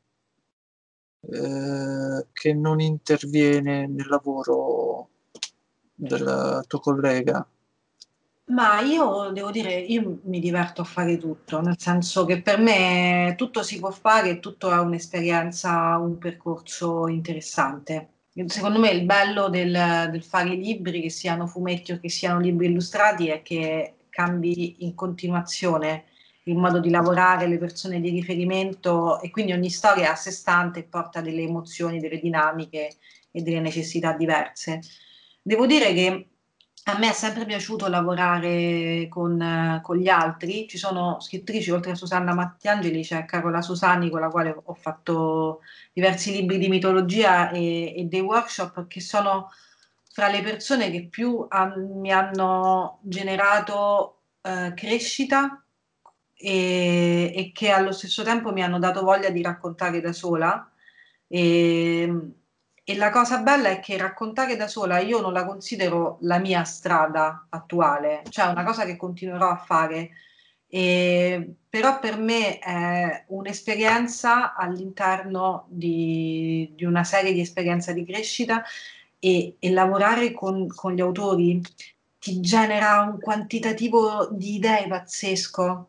che non interviene nel lavoro del tuo collega? Ma io devo dire, io mi diverto a fare tutto, nel senso che per me tutto si può fare e tutto è un'esperienza, un percorso interessante. Secondo me il bello del fare i libri, che siano fumetti o che siano libri illustrati, è che cambi in continuazione il modo di lavorare, le persone di riferimento, e quindi ogni storia è a sé stante e porta delle emozioni, delle dinamiche e delle necessità diverse. Devo dire che a me è sempre piaciuto lavorare con gli altri. Ci sono scrittrici, oltre a Susanna Mattiangeli, c'è Carola Susani, con la quale ho fatto diversi libri di mitologia e dei workshop, che sono fra le persone che più mi hanno generato crescita, e che allo stesso tempo mi hanno dato voglia di raccontare da sola. E, e la cosa bella è che raccontare da sola io non la considero la mia strada attuale, cioè è una cosa che continuerò a fare. Però per me è un'esperienza all'interno di una serie di esperienze di crescita, e lavorare con gli autori ti genera un quantitativo di idee pazzesco.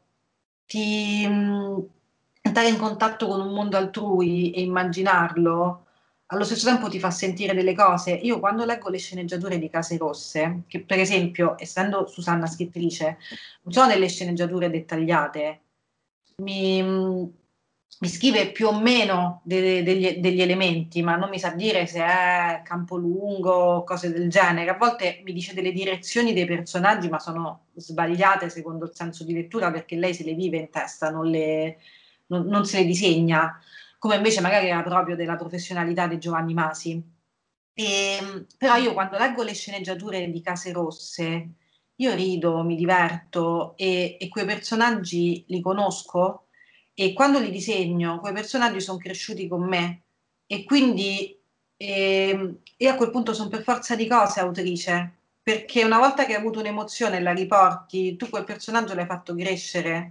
Entrare in contatto con un mondo altrui e immaginarlo, allo stesso tempo ti fa sentire delle cose. Io quando leggo le sceneggiature di Case Rosse, che per esempio, essendo Susanna scrittrice, non sono delle sceneggiature dettagliate, mi, mi scrive più o meno degli elementi, ma non mi sa dire se è Campolungo o cose del genere. A volte mi dice delle direzioni dei personaggi, ma sono sbagliate secondo il senso di lettura, perché lei se le vive in testa, non se le disegna, come invece magari era proprio della professionalità di Giovanni Masi. Però io quando leggo le sceneggiature di Case Rosse, io rido, mi diverto, e quei personaggi li conosco, e quando li disegno, quei personaggi sono cresciuti con me, e quindi io a quel punto sono per forza di cose autrice, perché una volta che hai avuto un'emozione e la riporti, tu quel personaggio l'hai fatto crescere,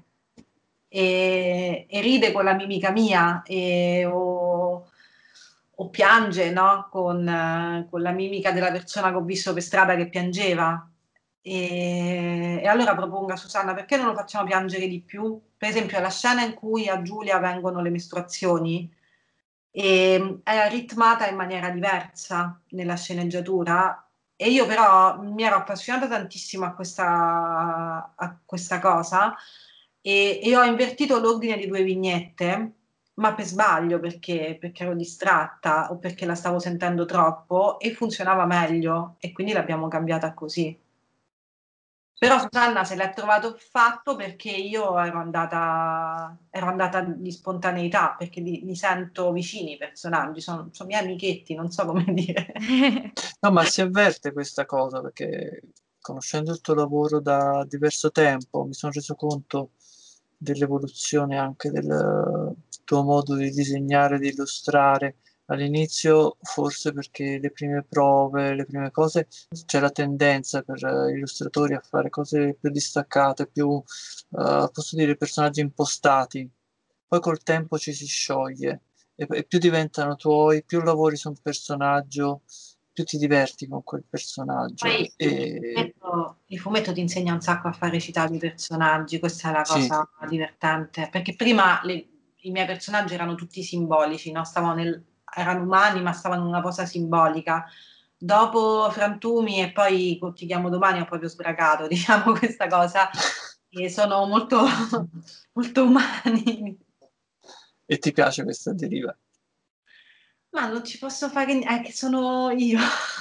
e ride con la mimica mia, o piange, no? Con la mimica della persona che ho visto per strada che piangeva. E allora propongo a Susanna, perché non lo facciamo piangere di più? Per esempio, la scena in cui a Giulia vengono le mestruazioni è ritmata in maniera diversa nella sceneggiatura, e io però mi ero appassionata tantissimo a questa cosa, e ho invertito l'ordine di due vignette, ma per sbaglio, perché ero distratta o perché la stavo sentendo troppo, e funzionava meglio, e quindi l'abbiamo cambiata così. Però Susanna se l'è trovato fatto perché io ero andata di spontaneità, perché mi sento vicini i personaggi, sono miei amichetti, non so come dire. No, ma si avverte questa cosa perché conoscendo il tuo lavoro da diverso tempo mi sono reso conto dell'evoluzione anche del tuo modo di disegnare, di illustrare. All'inizio, forse perché le prime prove, le prime cose, c'è la tendenza per gli illustratori a fare cose più distaccate, più, posso dire, personaggi impostati. Poi col tempo ci si scioglie e più diventano tuoi, più lavori su un personaggio, più ti diverti con quel personaggio. Poi E il fumetto ti insegna un sacco a fare recitare i personaggi, questa è la sì, cosa divertente, perché prima i miei personaggi erano tutti simbolici, no? Erano umani ma stavano in una posa simbolica. Dopo Frantumi e poi Ti chiamo domani ho proprio sbragato, diciamo, questa cosa, e sono molto, molto umani. e ti piace questa deriva. Ma non ci posso fare niente, è che sono io.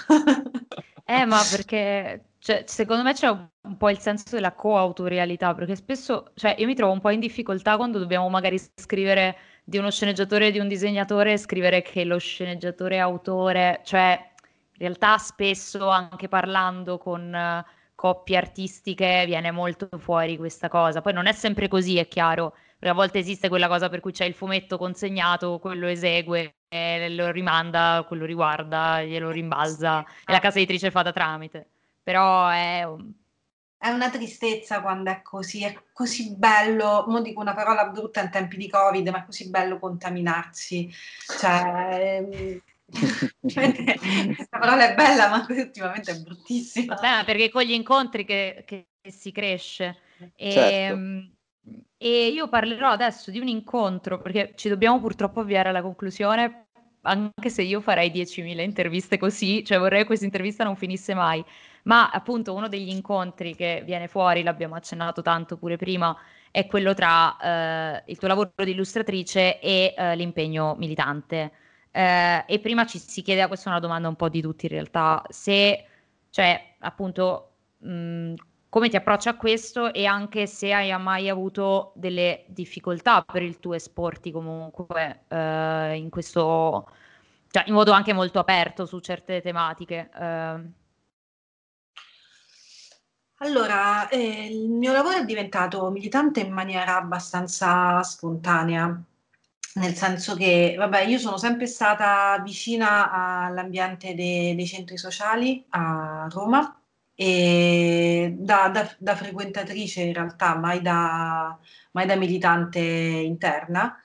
Ma perché cioè, secondo me c'è un po' il senso della coautorialità, perché spesso, cioè, io mi trovo un po' in difficoltà quando dobbiamo magari scrivere di uno sceneggiatore e di un disegnatore, scrivere che lo sceneggiatore è autore, cioè, in realtà spesso anche parlando con coppie artistiche viene molto fuori questa cosa. Poi non è sempre così, è chiaro, perché a volte esiste quella cosa per cui c'è il fumetto consegnato, quello esegue, lo rimanda, quello riguarda, glielo rimbalza e la casa editrice fa da tramite. Però È una tristezza quando è così bello, mo dico una parola brutta in tempi di Covid, ma è così bello contaminarsi. Cioè, questa parola è bella, ma ultimamente è bruttissima. beh, perché con gli incontri che si cresce. Certo. E io parlerò adesso di un incontro, perché ci dobbiamo purtroppo avviare alla conclusione, anche se io farei 10.000 interviste così, cioè vorrei che questa intervista non finisse mai. Ma appunto uno degli incontri che viene fuori, l'abbiamo accennato tanto pure prima, è quello tra il tuo lavoro di illustratrice e l'impegno militante. E prima ci si chiedeva, questa è una domanda un po' di tutti in realtà, se, cioè, appunto, come ti approcci a questo e anche se hai mai avuto delle difficoltà per il tuo esporti comunque in questo, cioè in modo anche molto aperto su certe tematiche. Allora, il mio lavoro è diventato militante in maniera abbastanza spontanea, nel senso che, vabbè, io sono sempre stata vicina all'ambiente dei centri sociali a Roma, e da frequentatrice in realtà, mai da militante interna.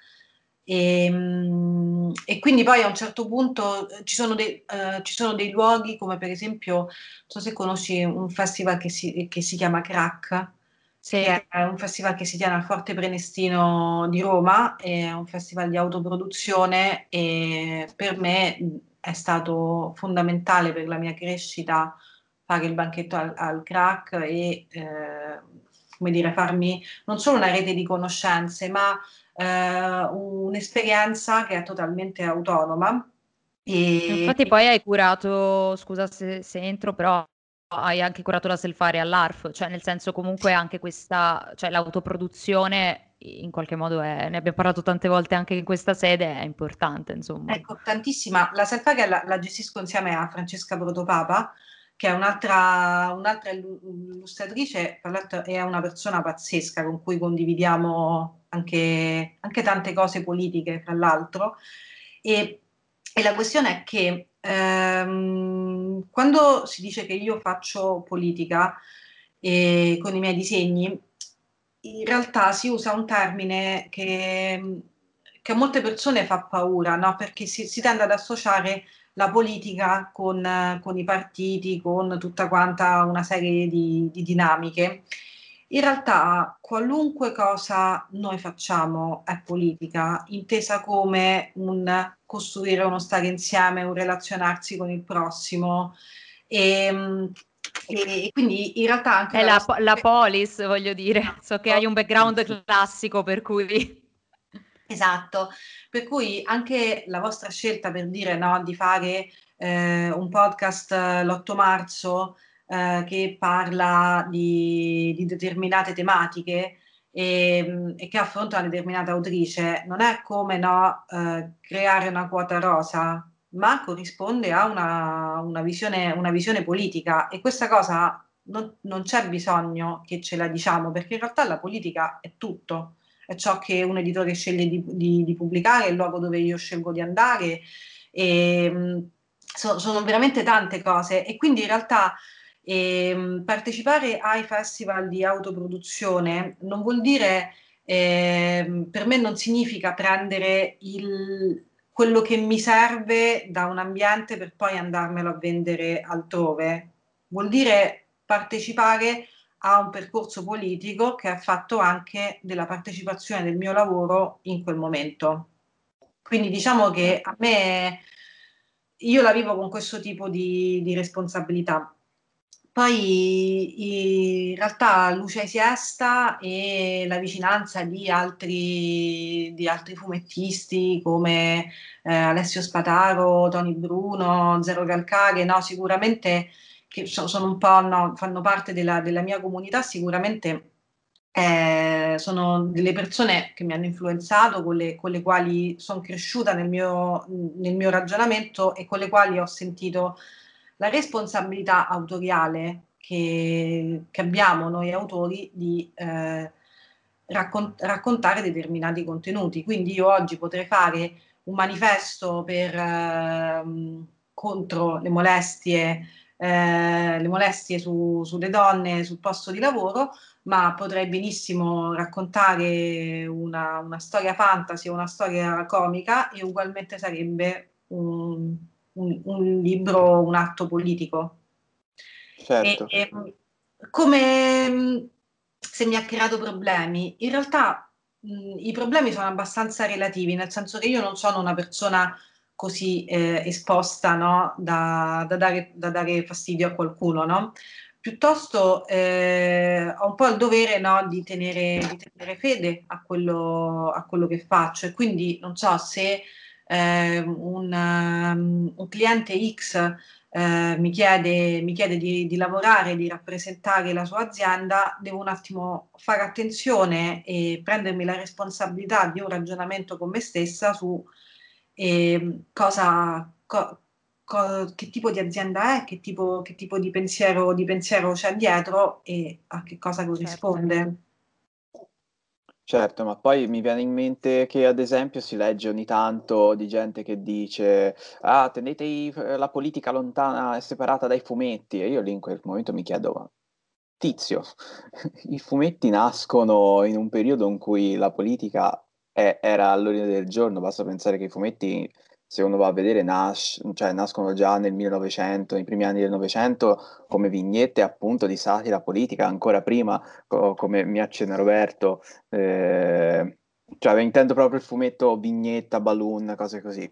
E quindi poi a un certo punto ci sono dei luoghi come per esempio, non so se conosci un festival che si chiama Crack, Sì. che è un festival che si tiene al Forte Prenestino di Roma, è un festival di autoproduzione, e per me è stato fondamentale per la mia crescita fare il banchetto al Crack e come dire, farmi non solo una rete di conoscenze, ma un'esperienza che è totalmente autonoma. E Infatti poi hai curato, scusa se entro, però hai anche curato la self-area all'ARF, cioè nel senso comunque anche questa, cioè l'autoproduzione in qualche modo è, ne abbiamo parlato tante volte anche in questa sede, è importante, insomma. ecco, tantissima. La Selfie la gestisco insieme a Francesca Protopapa, che è un'altra illustratrice, tra l'altro è una persona pazzesca con cui condividiamo anche tante cose politiche, tra l'altro. E, e la questione è che quando si dice che io faccio politica con i miei disegni, in realtà si usa un termine che a molte persone fa paura, no? Perché si tende ad associare la politica con i partiti, con tutta quanta una serie di dinamiche. In realtà qualunque cosa noi facciamo è politica, intesa come un costruire uno stare insieme, un relazionarsi con il prossimo. E quindi in realtà anche È la nostra... la polis, voglio dire. So che hai un background classico, per cui... Esatto, per cui anche la vostra scelta per dire no, di fare un podcast l'8 marzo che parla di determinate tematiche e che affronta una determinata autrice, non è come no, creare una quota rosa, ma corrisponde a una visione politica e questa cosa non c'è bisogno che ce la diciamo perché in realtà la politica è tutto. È ciò che un editore sceglie di pubblicare, è il luogo dove io scelgo di andare. Sono veramente tante cose e quindi in realtà partecipare ai festival di autoproduzione non vuol dire, per me non significa prendere quello che mi serve da un ambiente per poi andarmelo a vendere altrove. Vuol dire partecipare a un percorso politico che è fatto anche della partecipazione del mio lavoro in quel momento. Quindi diciamo che a me, io la vivo con questo tipo di responsabilità. Poi in realtà Luce e Siesta e la vicinanza di altri fumettisti come Alessio Spataro, Tony Bruno, Zero Calcare, no, sicuramente che sono un po', no, fanno parte della mia comunità, sicuramente sono delle persone che mi hanno influenzato, con le quali sono cresciuta nel mio ragionamento e con le quali ho sentito la responsabilità autoriale che abbiamo noi autori di raccontare determinati contenuti. Quindi io oggi potrei fare un manifesto contro le molestie sulle donne sul posto di lavoro, ma potrei benissimo raccontare una storia fantasy o una storia comica e ugualmente sarebbe un libro, un atto politico. Certo. Come se mi ha creato problemi, in realtà i problemi sono abbastanza relativi, nel senso che io non sono una persona così esposta, no, da dare fastidio a qualcuno, no? Piuttosto ho un po' il dovere, no, di tenere fede a quello che faccio e quindi non so se un cliente X mi chiede di lavorare, di rappresentare la sua azienda, devo un attimo fare attenzione e prendermi la responsabilità di un ragionamento con me stessa su che tipo di azienda è, che tipo di pensiero c'è dietro e a che cosa corrisponde. Certo, ma poi mi viene in mente che ad esempio si legge ogni tanto di gente che dice tenete la politica lontana e separata dai fumetti e io lì in quel momento mi chiedo, ma tizio, i fumetti nascono in un periodo in cui la politica era all'ordine del giorno, basta pensare che i fumetti, se uno va a vedere, cioè, nascono già nel 1900, nei primi anni del Novecento, come vignette appunto di satira politica, ancora prima, come mi accenna Roberto, cioè intendo proprio il fumetto vignetta, balloon, cose così.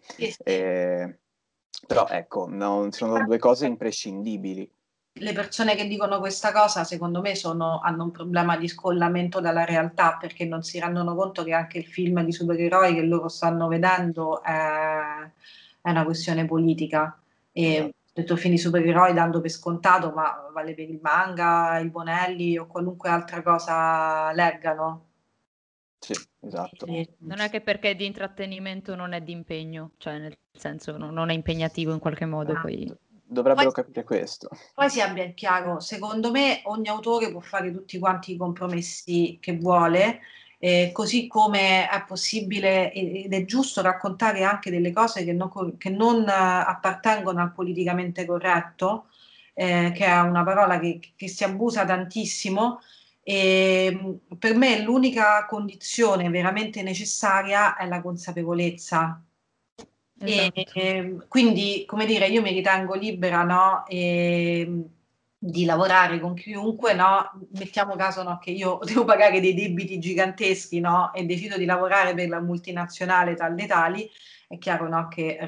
Però ecco, sono due cose imprescindibili. Le persone che dicono questa cosa, secondo me, hanno un problema di scollamento dalla realtà perché non si rendono conto che anche il film di supereroi che loro stanno vedendo è una questione politica. E ho detto film di supereroi dando per scontato, ma vale per il manga, il Bonelli o qualunque altra cosa leggano. Sì, esatto. Non è che perché è di intrattenimento non è di impegno, cioè nel senso non è impegnativo in qualche modo. Poi... Dovrebbero capire questo. Poi sia ben chiaro, secondo me ogni autore può fare tutti quanti i compromessi che vuole, così come è possibile ed è giusto raccontare anche delle cose che non appartengono al politicamente corretto, che è una parola che si abusa tantissimo, E per me l'unica condizione veramente necessaria è la consapevolezza. Esatto. Quindi, come dire, io mi ritengo libera, no? Di lavorare con chiunque, no? Mettiamo caso, no, che io devo pagare dei debiti giganteschi, no? E decido di lavorare per la multinazionale tal dei tali, è chiaro, no, che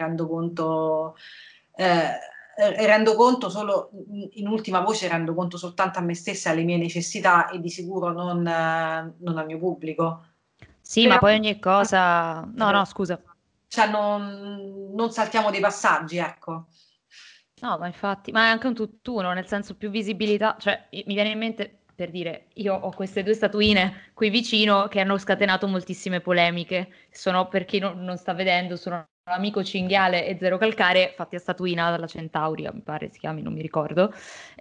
rendo conto solo, in ultima voce, rendo conto soltanto a me stessa, alle mie necessità e di sicuro non al mio pubblico. Sì, ma Però, poi ogni cosa... No, no, scusa. cioè, non saltiamo dei passaggi, ecco. No, ma infatti, ma è anche un tutt'uno, nel senso più visibilità, cioè mi viene in mente per dire, io ho queste due statuine qui vicino che hanno scatenato moltissime polemiche, sono per chi non sta vedendo, sono Amico Cinghiale e Zero Calcare, fatti a statuina dalla Centauria, mi pare si chiami, non mi ricordo,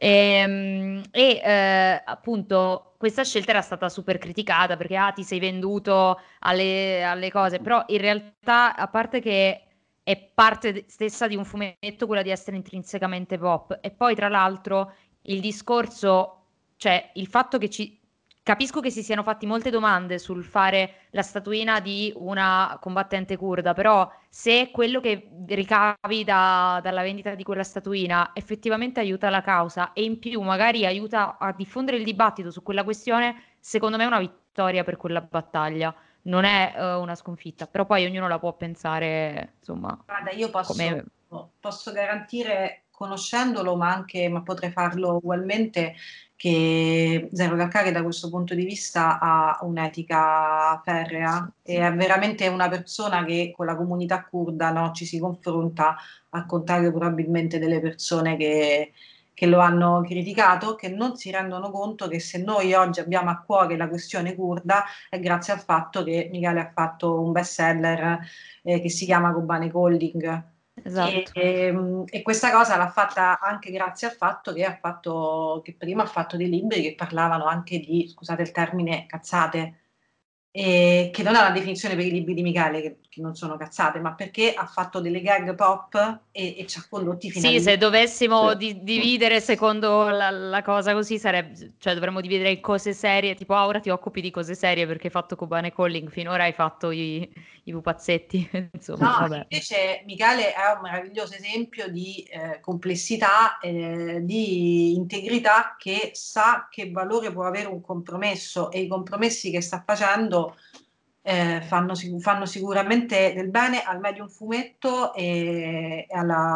appunto questa scelta era stata super criticata perché ti sei venduto alle cose, però in realtà a parte che è parte stessa di un fumetto quella di essere intrinsecamente pop. E poi, tra l'altro, il discorso, cioè il fatto che ci... Capisco che si siano fatti molte domande sul fare la statuina di una combattente curda, però se quello che ricavi dalla vendita di quella statuina effettivamente aiuta la causa e in più magari aiuta a diffondere il dibattito su quella questione, secondo me è una vittoria per quella battaglia non è una sconfitta, però poi ognuno la può pensare, insomma, Guarda, io come... posso garantire, conoscendolo, ma potrei farlo ugualmente, che Zero Calcare da questo punto di vista ha un'etica Sì, ferrea e è veramente una persona che con la comunità curda, no, ci si confronta, al contrario probabilmente delle persone che lo hanno criticato, che non si rendono conto che se noi oggi abbiamo a cuore la questione curda è grazie al fatto che Michele ha fatto un bestseller che si chiama Kobane Calling. esatto. E questa cosa l'ha fatta anche grazie al fatto che prima ha fatto dei libri che parlavano anche di, scusate il termine, cazzate, che non è una definizione per i libri di Michele, che non sono cazzate, ma perché ha fatto delle gag pop e ci ha condotti fino Sì, all'inizio. se dovessimo Sì. dividere secondo la cosa così sarebbe, cioè dovremmo dividere in cose serie, tipo ora ti occupi di cose serie perché hai fatto Kobane Calling, finora hai fatto i pupazzetti, insomma, No, vabbè. invece Michele è un meraviglioso esempio di complessità, di integrità che sa che valore può avere un compromesso e i compromessi che sta facendo fanno sicuramente del bene al medium fumetto e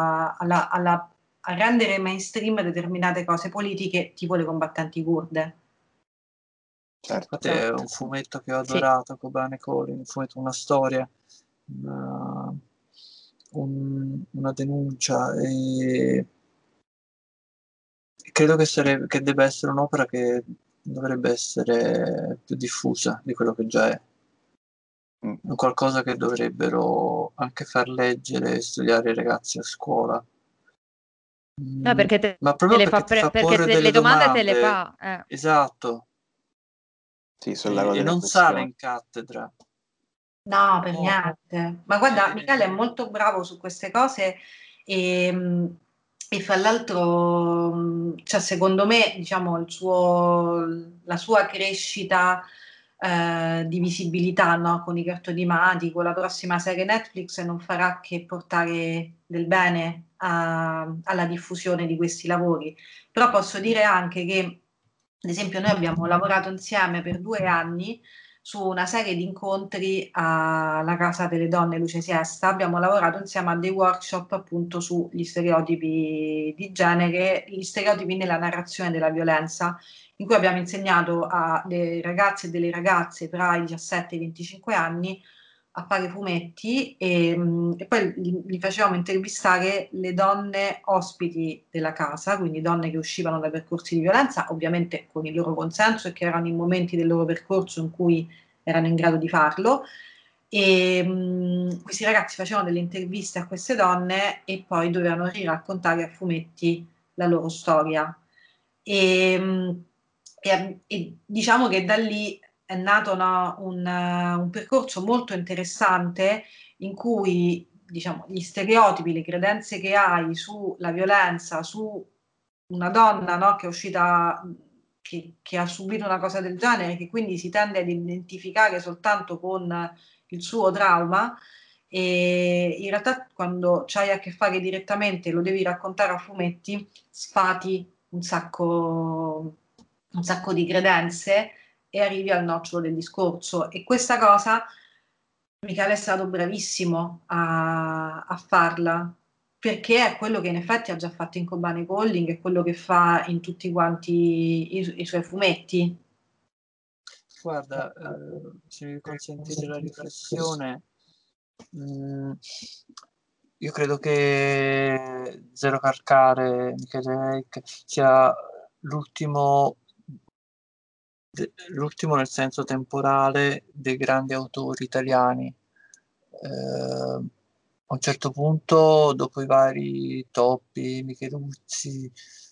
a rendere mainstream determinate cose politiche, tipo le combattenti kurde. Certo. Infatti è un Esatto. fumetto che ho Sì. adorato, Kobane Calling, un fumetto, una storia, una, una denuncia e credo che debba essere un'opera che dovrebbe essere più diffusa di quello che già è. Mm. È qualcosa che dovrebbero anche far leggere e studiare i ragazzi a scuola. No, perché Ma te proprio le perché fa ti fa perché porre delle le domande te le domande, fa. esatto, Sì, solleva e delle non sale questioni. in cattedra. No, per No, niente. Ma guarda, Michele è molto bravo su queste cose e fra l'altro, cioè, secondo me, diciamo, la sua crescita di visibilità, no, con i cartoni animati, con la prossima serie Netflix non farà che portare del bene alla diffusione di questi lavori. Però posso dire anche che, ad esempio, noi abbiamo lavorato insieme per 2 anni su una serie di incontri alla Casa delle Donne Luce Siesta. Abbiamo lavorato insieme a dei workshop appunto sugli stereotipi di genere, gli stereotipi nella narrazione della violenza, in cui abbiamo insegnato a dei ragazzi e delle ragazze tra i 17 e i 25 anni a fare fumetti e poi li facevamo intervistare le donne ospiti della casa, quindi donne che uscivano da percorsi di violenza, ovviamente con il loro consenso e che erano in momenti del loro percorso in cui erano in grado di farlo. E questi ragazzi facevano delle interviste a queste donne e poi dovevano riraccontare a fumetti la loro storia. E diciamo che da lì è nato, no, un percorso molto interessante in cui, diciamo, gli stereotipi, le credenze che hai sulla violenza, su una donna, no, che è uscita che ha subito una cosa del genere, che quindi si tende ad identificare soltanto con il suo trauma, e in realtà quando c'hai a che fare direttamente, lo devi raccontare a fumetti, sfati un sacco di credenze e arrivi al nocciolo del discorso. E questa cosa Michele è stato bravissimo a farla, perché è quello che in effetti ha già fatto in Kobane Calling, è quello che fa in tutti quanti i suoi fumetti. Guarda, se mi consentite la riflessione, io credo che Zero Calcare, Michele Heck, sia l'ultimo nel senso temporale dei grandi autori italiani. A un certo punto, dopo i vari Toppi, Micheluzzi,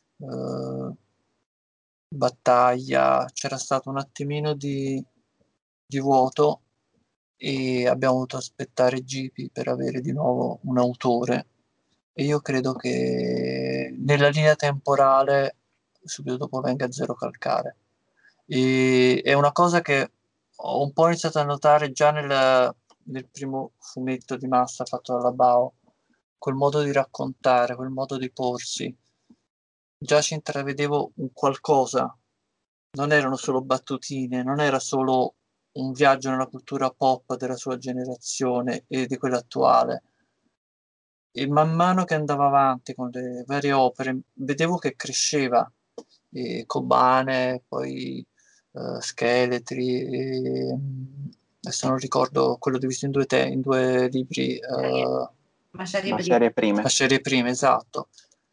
Battaglia, c'era stato un attimino di vuoto e abbiamo dovuto aspettare Gipi per avere di nuovo un autore. E io credo che nella linea temporale subito dopo venga Zero Calcare. E è una cosa che ho un po' iniziato a notare già nel primo fumetto di massa fatto dalla Bao, quel modo di raccontare, quel modo di porsi. Già ci intravedevo un qualcosa, non erano solo battutine, non era solo un viaggio nella cultura pop della sua generazione e di quella attuale. E man mano che andava avanti con le varie opere, vedevo che cresceva. E Kobane, poi Scheletri, adesso non ricordo quello diviso in due libri, Macerie prima. Macerie prime. Macerie prime, esatto.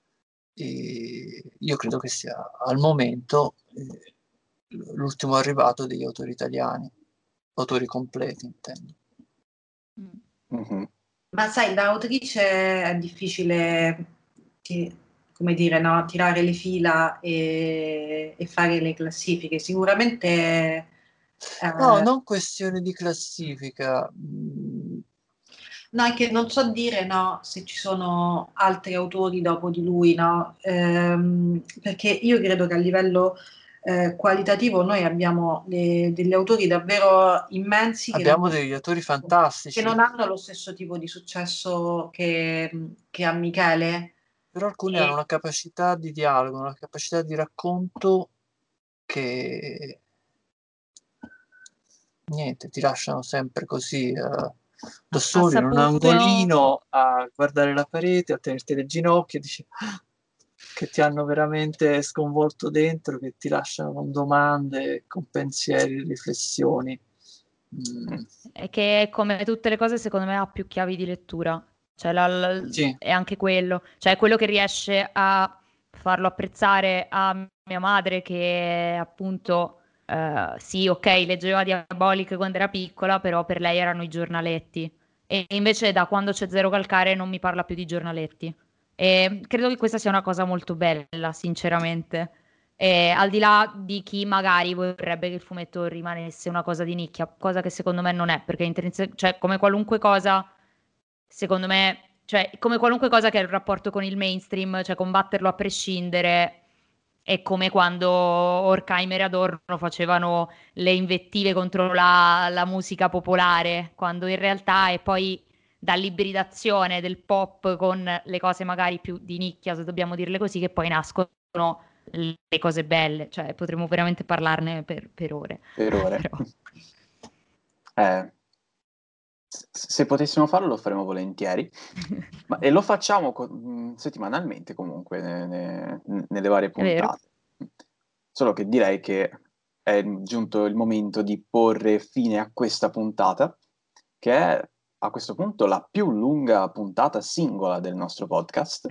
E io credo che sia al momento l'ultimo arrivato degli autori italiani, autori completi, intendo. Mhm. Ma sai, da autrice è difficile, come dire, no, tirare le fila e fare le classifiche. Sicuramente No, non questione di classifica. no, è che non so dire no, se ci sono altri autori dopo di lui, no? Perché io credo che a livello qualitativo noi abbiamo degli autori davvero immensi Abbiamo degli autori che fantastici, non hanno lo stesso tipo di successo che ha Michele. però alcuni hanno E una capacità di dialogo, una capacità di racconto che niente, ti lasciano sempre così da Ha soli in un saputo angolino a guardare la parete, a tenerti le ginocchia e dici "Ah", che ti hanno veramente sconvolto dentro, che ti lasciano con domande, con pensieri, riflessioni. è che come tutte le cose secondo me ha più chiavi di lettura, cioè Sì, è anche quello, cioè è quello che riesce a farlo apprezzare a mia madre che appunto sì, ok, leggeva Diabolic quando era piccola, però per lei erano i giornaletti e invece da quando c'è Zero Calcare non mi parla più di giornaletti e credo che questa sia una cosa molto bella, sinceramente. Al di là di chi magari vorrebbe che il fumetto rimanesse una cosa di nicchia, cosa che secondo me non è, perché cioè, come qualunque cosa, secondo me, cioè, come qualunque cosa che è il rapporto con il mainstream, cioè combatterlo a prescindere, è come quando Horkheimer e Adorno facevano le invettive contro la musica popolare, quando in realtà è poi dall'ibridazione del pop con le cose magari più di nicchia, se dobbiamo dirle così, che poi nascono le cose belle, cioè potremmo veramente parlarne per ore. Per ore. Però. Se potessimo farlo lo faremo volentieri. E lo facciamo settimanalmente comunque nelle varie È vero. puntate. Solo che direi che è giunto il momento di porre fine a questa puntata, che è a questo punto la più lunga puntata singola del nostro podcast.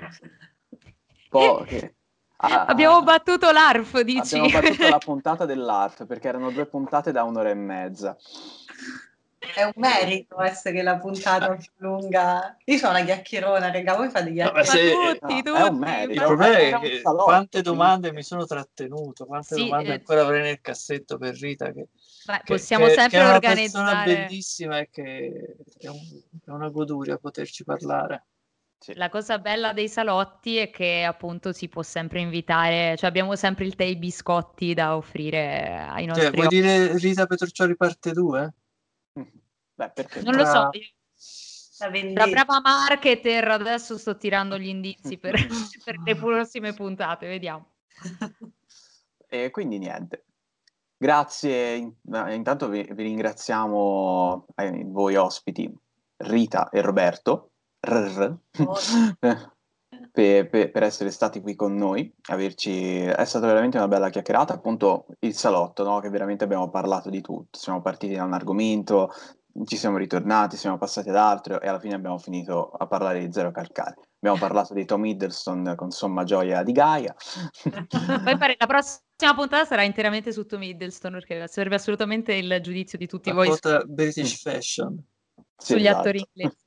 Abbiamo battuto l'ARF, dici? Abbiamo battuto la puntata dell'ARF perché erano 2 puntate da 1 ora e mezza. è un merito essere la puntata più lunga. Io sono una chiacchierona, raga, voi fate no, ma chiacchierone. Tutti, È un tutti. il merito, problema è era un che salotto, quante quindi. domande mi sono trattenuto, quante Sì, domande ancora avrei nel cassetto per Rita, beh, possiamo che è sempre una persona organizzare. bellissima e che è una goduria poterci parlare. Sì. La cosa bella dei salotti è che appunto si può sempre invitare, cioè abbiamo sempre il tè e i biscotti da offrire ai Cioè, nostri vuoi ospiti. dire Rita Petroccioli parte 2? Beh, perché Non no? lo so, Tra... io La da vendetta. brava marketer adesso sto tirando gli indizi per, per le prossime puntate, vediamo. E quindi niente. Grazie, intanto vi ringraziamo voi ospiti, Rita e Roberto, Oh. per essere stati qui con noi. È stata veramente una bella chiacchierata, appunto il salotto, no? Che veramente abbiamo parlato di tutto. Siamo partiti da un argomento, ci siamo ritornati, siamo passati ad altro e alla fine abbiamo finito a parlare di Zero Calcare. Abbiamo parlato di Tom Hiddleston con somma gioia di Gaia. Poi la prossima puntata sarà interamente su Tom Hiddleston perché serve assolutamente il giudizio di tutti La voi quota British Fashion. Sì, sugli attori esatto. inglesi.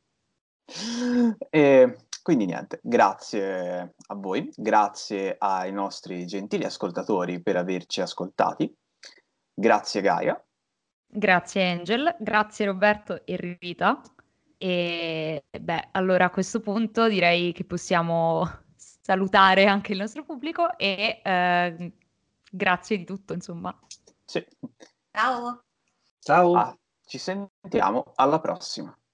E quindi niente, grazie a voi, grazie ai nostri gentili ascoltatori per averci ascoltati, grazie Gaia. Grazie Angel, grazie Roberto e Rita. E beh, allora a questo punto direi che possiamo salutare anche il nostro pubblico e grazie di tutto, insomma. Sì. Ciao. Ciao! Ci sentiamo alla prossima.